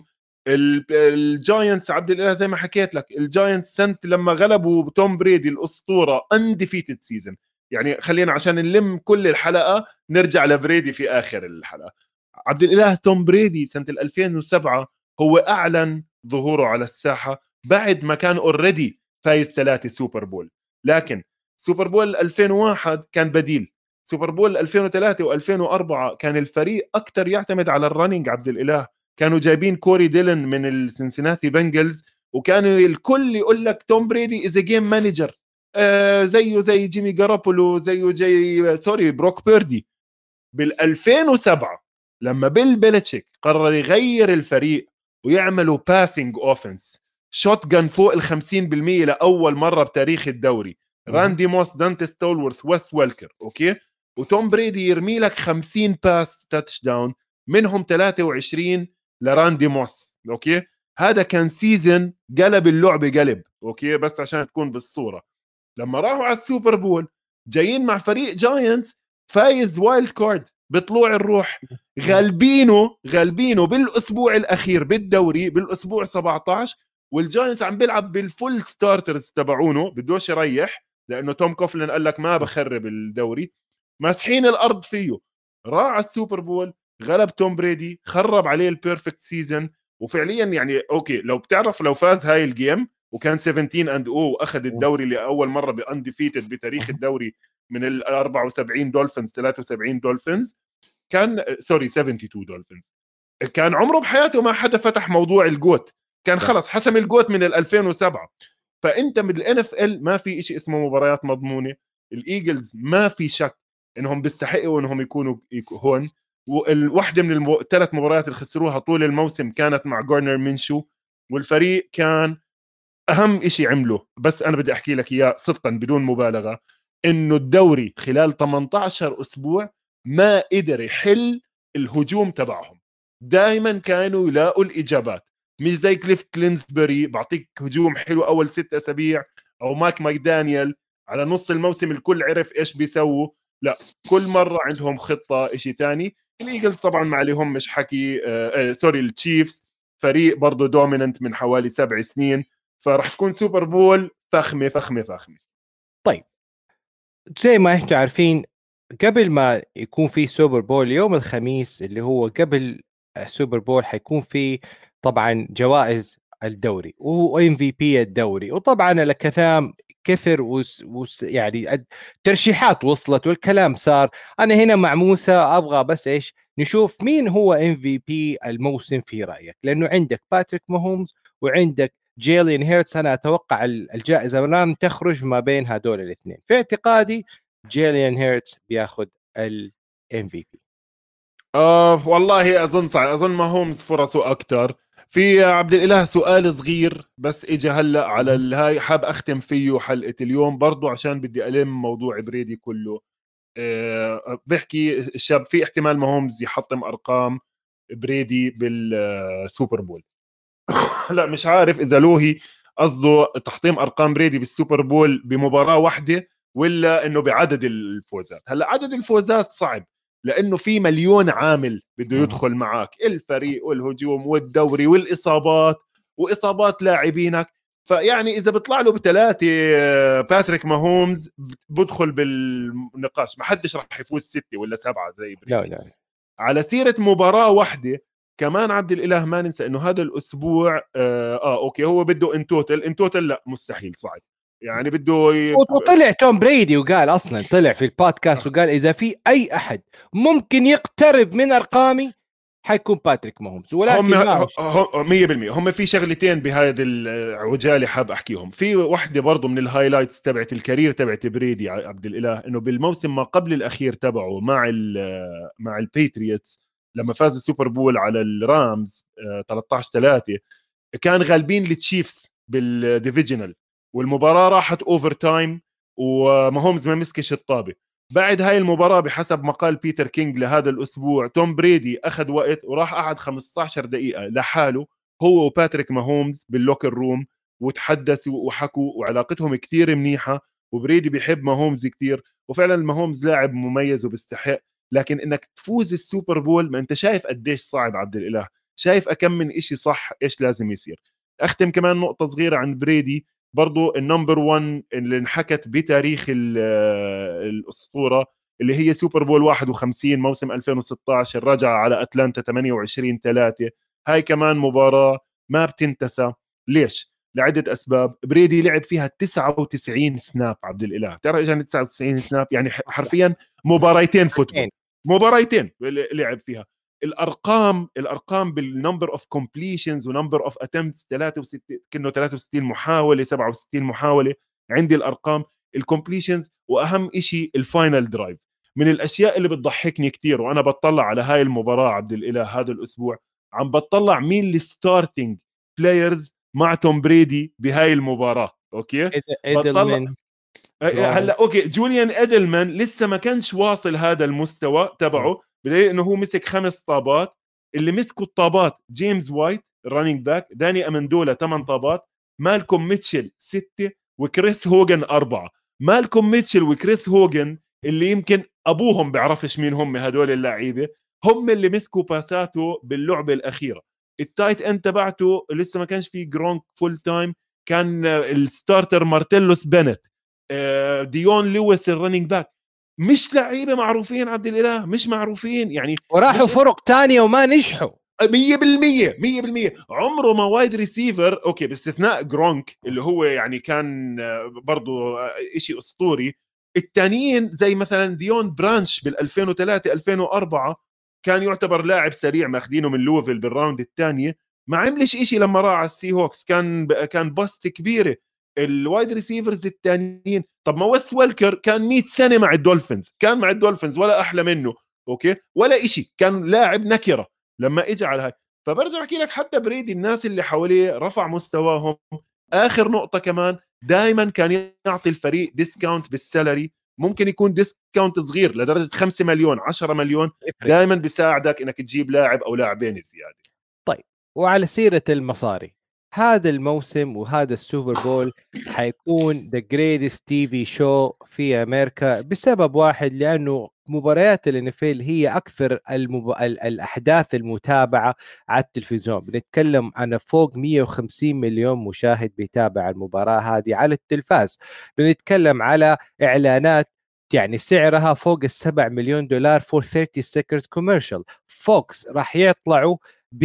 الجاينتس عبد الاله زي ما حكيت لك، الجاينتس سنه لما غلبوا توم بريدي الاسطوره انديفيتد سيزون. يعني خلينا عشان نلم كل الحلقه نرجع لبريدي في اخر الحلقه. عبد الاله توم بريدي سنه 2007 هو اعلن ظهوره على الساحه بعد ما كان اوريدي فايز 3 سوبر بول. لكن سوبر بول 2001 كان بديل. سوبر بول 2003 و2004 كان الفريق اكثر يعتمد على الرننج عبد الاله. كانوا جايبين كوري ديلن من السنسناتي بنجلز، وكانوا الكل يقول لك توم بريدي از جيم مانجر، زيه زي جيمي جارابولو، زيه زي سوري بروك بيردي. بال 2007 لما بيل بيلتشيك قرر يغير الفريق ويعملوا باسنج اوفنس شوت جن فوق ال 50% لاول مره بتاريخ الدوري، راندي موس، دانتي ستولورث، ويس ويلكر، اوكي، وتوم بريدي يرمي لك 50 باس تاتش داون، منهم 23 لراندي موس، اوكي. هذا كان سيزن قلب اللعبه قلب، اوكي، بس عشان تكون بالصوره. لما راحوا على السوبر بول جايين مع فريق جاينتس فايز وايلد كارد بطلوع الروح، غالبينه بالاسبوع الاخير بالدوري بالاسبوع 17. والجاينتس عم بيلعب بالفول ستارترز تبعونه، بدوش يريح لانه توم كوفلين قال لك ما بخرب الدوري، ماسحين الارض فيه. راح على السوبر بول غلب توم بريدي، خرب عليه البيرفكت سيزن. وفعليا يعني اوكي لو بتعرف لو فاز هاي الجيم وكان 17 اند او واخذ الدوري لاول مره بانديفيتد بتاريخ الدوري من ال 74 دولفينز 73 دولفينز، كان سوري 72 دولفينز، كان عمره بحياته ما حدا فتح موضوع الجوت، كان صح. خلص حسم الجوت من ال 2007. فانت من الان اف ال ما في شيء اسمه مباريات مضمونه. الايجلز ما في شك انهم بيستحقوا انهم يكونوا هون. والواحده من الثلاث مباريات اللي خسروها طول الموسم كانت مع جارنر مينشو، والفريق كان اهم إشي عمله، بس انا بدي احكي لك اياه صدقا بدون مبالغه، انه الدوري خلال 18 اسبوع ما قدر يحل الهجوم تبعهم. دائما كانوا يلاقوا الاجابات، مش زي كليف كلينزبري بعطيك هجوم حلو اول 6 اسابيع، او ماك ماكدانيال على نص الموسم الكل عرف ايش بيسووا. لا، كل مره عندهم خطه إشي تاني. الايجلز طبعا ما عليهم مش حكي، سوري التشيفز فريق برضه دوميننت من حوالي 7 سنين، فراح تكون سوبر بول فخمه فخمه فخمه. طيب زي ما انتم عارفين، قبل ما يكون في سوبر بول يوم الخميس اللي هو قبل السوبر بول حيكون في طبعا جوائز الدوري وام في بي الدوري، وطبعا الكلام كثر يعني الترشيحات وصلت والكلام صار. انا هنا مع موسى ابغى بس ايش نشوف مين هو ام في بي الموسم في رايك، لانه عندك باتريك ماهومز وعندك جيلين هيرتس. انا اتوقع الجائزه الان تخرج ما بين هذول الاثنين. في اعتقادي جيلين هيرتس بياخذ الام في بي. والله اظن صعب، اظن ما هومز فرصه اكثر. في عبد الاله سؤال صغير بس اجى هلا على الهاي، حاب اختم فيه حلقه اليوم برضو عشان بدي الم موضوع بريدي كله. بحكي الشاب في احتمال ما هومز يحطم ارقام بريدي بالسوبر بول. لا مش عارف اذا لوهي قصده تحطيم ارقام بريدي بالسوبر بول بمباراه واحده ولا انه بعدد الفوزات. هلا عدد الفوزات صعب لانه في مليون عامل بده يدخل معك، الفريق والهجوم والدوري والاصابات واصابات لاعبينك. فيعني اذا بيطلع له بثلاثه باتريك ماهومز بدخل بالنقاش، ما حدش راح يفوز 6 ولا 7 زي لا بريدي. لا. على سيرة مباراة واحدة كمان عبد الإله، ما ننسى إنه هذا الأسبوع أوكي هو بده إن توتل لا مستحيل صعب. يعني بده وطلع توم بريدي وقال اصلا، طلع في البودكاست وقال اذا في اي احد ممكن يقترب من ارقامي حيكون باتريك ماهومز، هم ولكن ما هو شيء. 100%. هم في شغلتين بهذه العجاله حاب احكيهم. في واحده برضه من الهايلايتس تبعت الكارير تبعت بريدي عبد الاله، انه بالموسم ما قبل الاخير تبعه مع البيتريتس لما فاز السوبر بول على الرامز 13-3، كان غالبين التشيفز بالديفيجنال، والمباراه راحت اوفر تايم وماهومز ما مسكش الطابه. بعد هاي المباراة بحسب مقال بيتر كينج لهذا الأسبوع، توم بريدي أخذ وقت وراح قعد 15 دقيقة لحاله هو وباتريك ماهومز باللوكر روم، وتحدثوا وحكوا وعلاقتهم كتير منيحة، وبريدي بيحب ماهومز كتير، وفعلا ماهومز لاعب مميز وبيستحق. لكن انك تفوز السوبر بول، ما انت شايف قديش صعب عبد الإله، شايف أكم من إشي صح إيش لازم يصير. أختم كمان نقطة صغيرة عن بريدي، برضو النمبر 1 اللي انحكت بتاريخ الأسطورة، اللي هي سوبر بول 51 موسم 2016 رجع على أتلانتا 28-3. هاي كمان مباراة ما بتنتسى. ليش؟ لعدة أسباب. بريدي لعب فيها 99 سناب عبد الإله، ترى إجا 99 سناب يعني حرفيا مباريتين فوتبول، مباريتين لعب فيها. الارقام بالنمبر اوف كومبليشنز ونمبر اوف اتمتس 63، كانه 63 محاوله 67 محاوله. عندي الارقام، الكومبليشنز، واهم إشي الفاينل درايف. من الاشياء اللي بتضحكني كتير وانا بتطلع على هاي المباراه عبد الاله هذا الاسبوع، عم بتطلع مين الستارتنج بلايرز مع توم بريدي بهاي المباراه. اوكي، بتطلع ايدلمان. هلا اوكي، جوليان ادلمان لسه ما كانش واصل هذا المستوى تبعه، بدليل انه هو مسك 5 طابات. اللي مسكوا الطابات جيمس وايت الرننج باك، داني امندولا 8 طابات، مالكوم ميتشل 6، وكريس هوجن 4. مالكوم ميتشل وكريس هوجن اللي يمكن ابوهم بيعرفش مين هم هدول اللعيبه، هم اللي مسكوا باساته باللعبه الاخيره. التايت اند تبعته لسه ما كانش في جرونك فول تايم، كان الستارتر مارتيلوس بنت، ديون لويس الرننج باك. مش لعيبه معروفين عبد الاله، مش معروفين يعني. وراحوا مش فرق تانية وما نجحوا. 100% 100% عمره ما وايد ريسيفر، اوكي باستثناء جرونك اللي هو يعني كان برضو إشي اسطوري. التانيين زي مثلا ديون برانش بال 2003 2004 كان يعتبر لاعب سريع ماخدينه من لوفل بالراوند الثانيه، ما عملش إشي لما راح على السي هوكس، كان باست كبيره. الوايد ريسيفرز الثانيين، طب ما ويس ويلكر كان 100 سنه مع الدولفينز، كان مع الدولفينز ولا احلى منه، اوكي ولا إشي، كان لاعب نكره لما اجى على هاي. فبرجع احكي لك حتى بريدي الناس اللي حواليه رفع مستواهم. اخر نقطه كمان، دائما كان يعطي الفريق ديسكاونت بالسالري، ممكن يكون ديسكاونت صغير لدرجه 5 مليون 10 مليون، يفرق. دائما بيساعدك انك تجيب لاعب او لاعبين زياده. طيب، وعلى سيرة المصاري، هذا الموسم وهذا السوبر بول حيكون the greatest TV show في أمريكا بسبب واحد، لأنه مباريات الNFL هي أكثر الأحداث المتابعة على التلفزيون. بنتكلم عن فوق 150 مليون مشاهد بيتابع المباراة هذه على التلفاز. بنتكلم على إعلانات يعني سعرها فوق $7 مليون for 30 seconds commercial. فوكس راح يطلعوا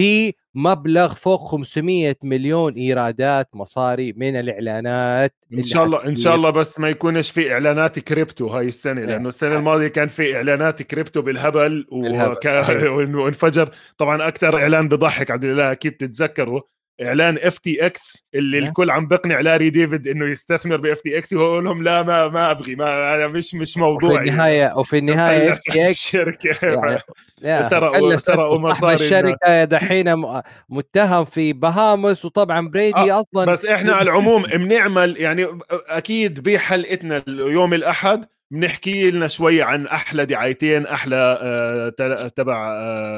بمبلغ فوق 500 مليون ايرادات مصاري من الاعلانات ان اللي شاء الله ان شاء حتصير. الله، بس ما يكونش في اعلانات كريبتو هاي السنه، إيه. لانه السنه الماضيه كان في اعلانات كريبتو بالهبل بالهبل صحيح. وانفجر. طبعا اكثر اعلان بضحك عبد الله اكيد تتذكروا، اعلان اف تي اكس اللي نعم. الكل عم بقنع لاري ديفيد انه يستثمر باف تي اكس، وهو يقول لهم لا ما ابغي، ما انا مش موضوعي. وفي النهايه اف فلس تي اكس الشركه يعني فلست، سرقوا وصاحب مصاري الناس. الشركه دحين متهم في بهامس، وطبعا بريدي اصلا بس احنا على العموم بنعمل يعني اكيد بحلقتنا يوم الاحد بنحكي لنا شوي عن احلى دعايتين، احلى تبع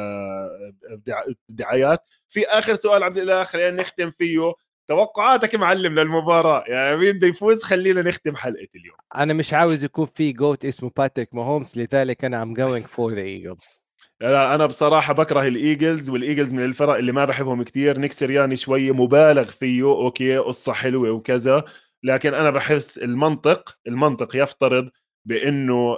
دعايات. في اخر سؤال عبد الله خلينا نختم فيه، توقعاتك معلم للمباراه، يعني مين بده يفوز؟ خلينا نختم حلقه اليوم. انا مش عاوز يكون في جوت اسمه باتريك ماهومز، لذلك انا ام جوينج فور ذا ايجلز. لا انا بصراحه بكره الايجلز، والايجلز من الفرق اللي ما بحبهم كتير. نيك سيرياني شويه مبالغ فيه، اوكي قصه حلوه وكذا، لكن انا بحس المنطق يفترض بانه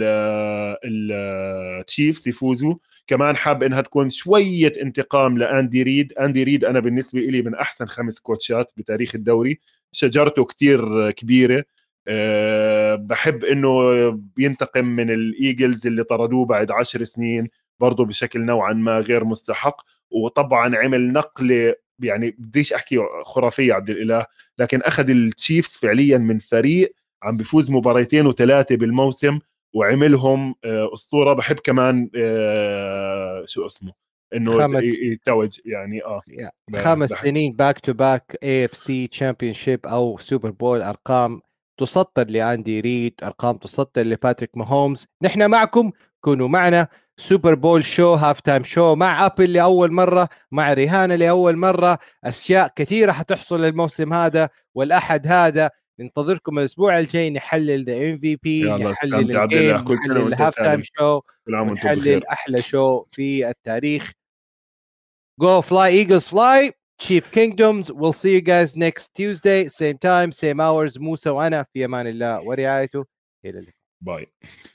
التشيفز يفوزوا. كمان حاب انها تكون شويه انتقام لاندي ريد. اندي ريد انا بالنسبه لي من احسن 5 كوتشات بتاريخ الدوري، شجرته كتير كبيرة. بحب إنه بينتقم من الإيجلز اللي طردوه بعد 10 سنين برضو بشكل نوعا ما غير مستحق. وطبعا عمل نقلة يعني بديش أحكي خرافية عبد الإله، لكن أخذ التشيفز فعليا من فريق عم بيفوز 2 و3 بالموسم وعملهم أسطورة. بحب كمان شو اسمه إنه يتوج يعني 5 سنين باك تو باك AFC تشامبيونشيب أو سوبر بول. أرقام تسطر لأندي ريد، أرقام تسطر لباتريك ماهومز. نحن معكم، كونوا معنا. سوبر بول شو، هاف تايم شو مع أبل لأول مرة، مع ريهانة لأول مرة. أشياء كثيرة حتحصل الموسم هذا والأحد هذا. ننتظركم الأسبوع الجاي نحلل ذا MVP، نحلل الجيم، نحلل الهاف تايم شو، ونحلل أحلى شو في التاريخ. Go fly Eagles fly. Chief Kingdoms. We'll see you guys next Tuesday, same time, same hours. موسى وأنا في أمان الله ورعايته. إلى اللقاء. باي.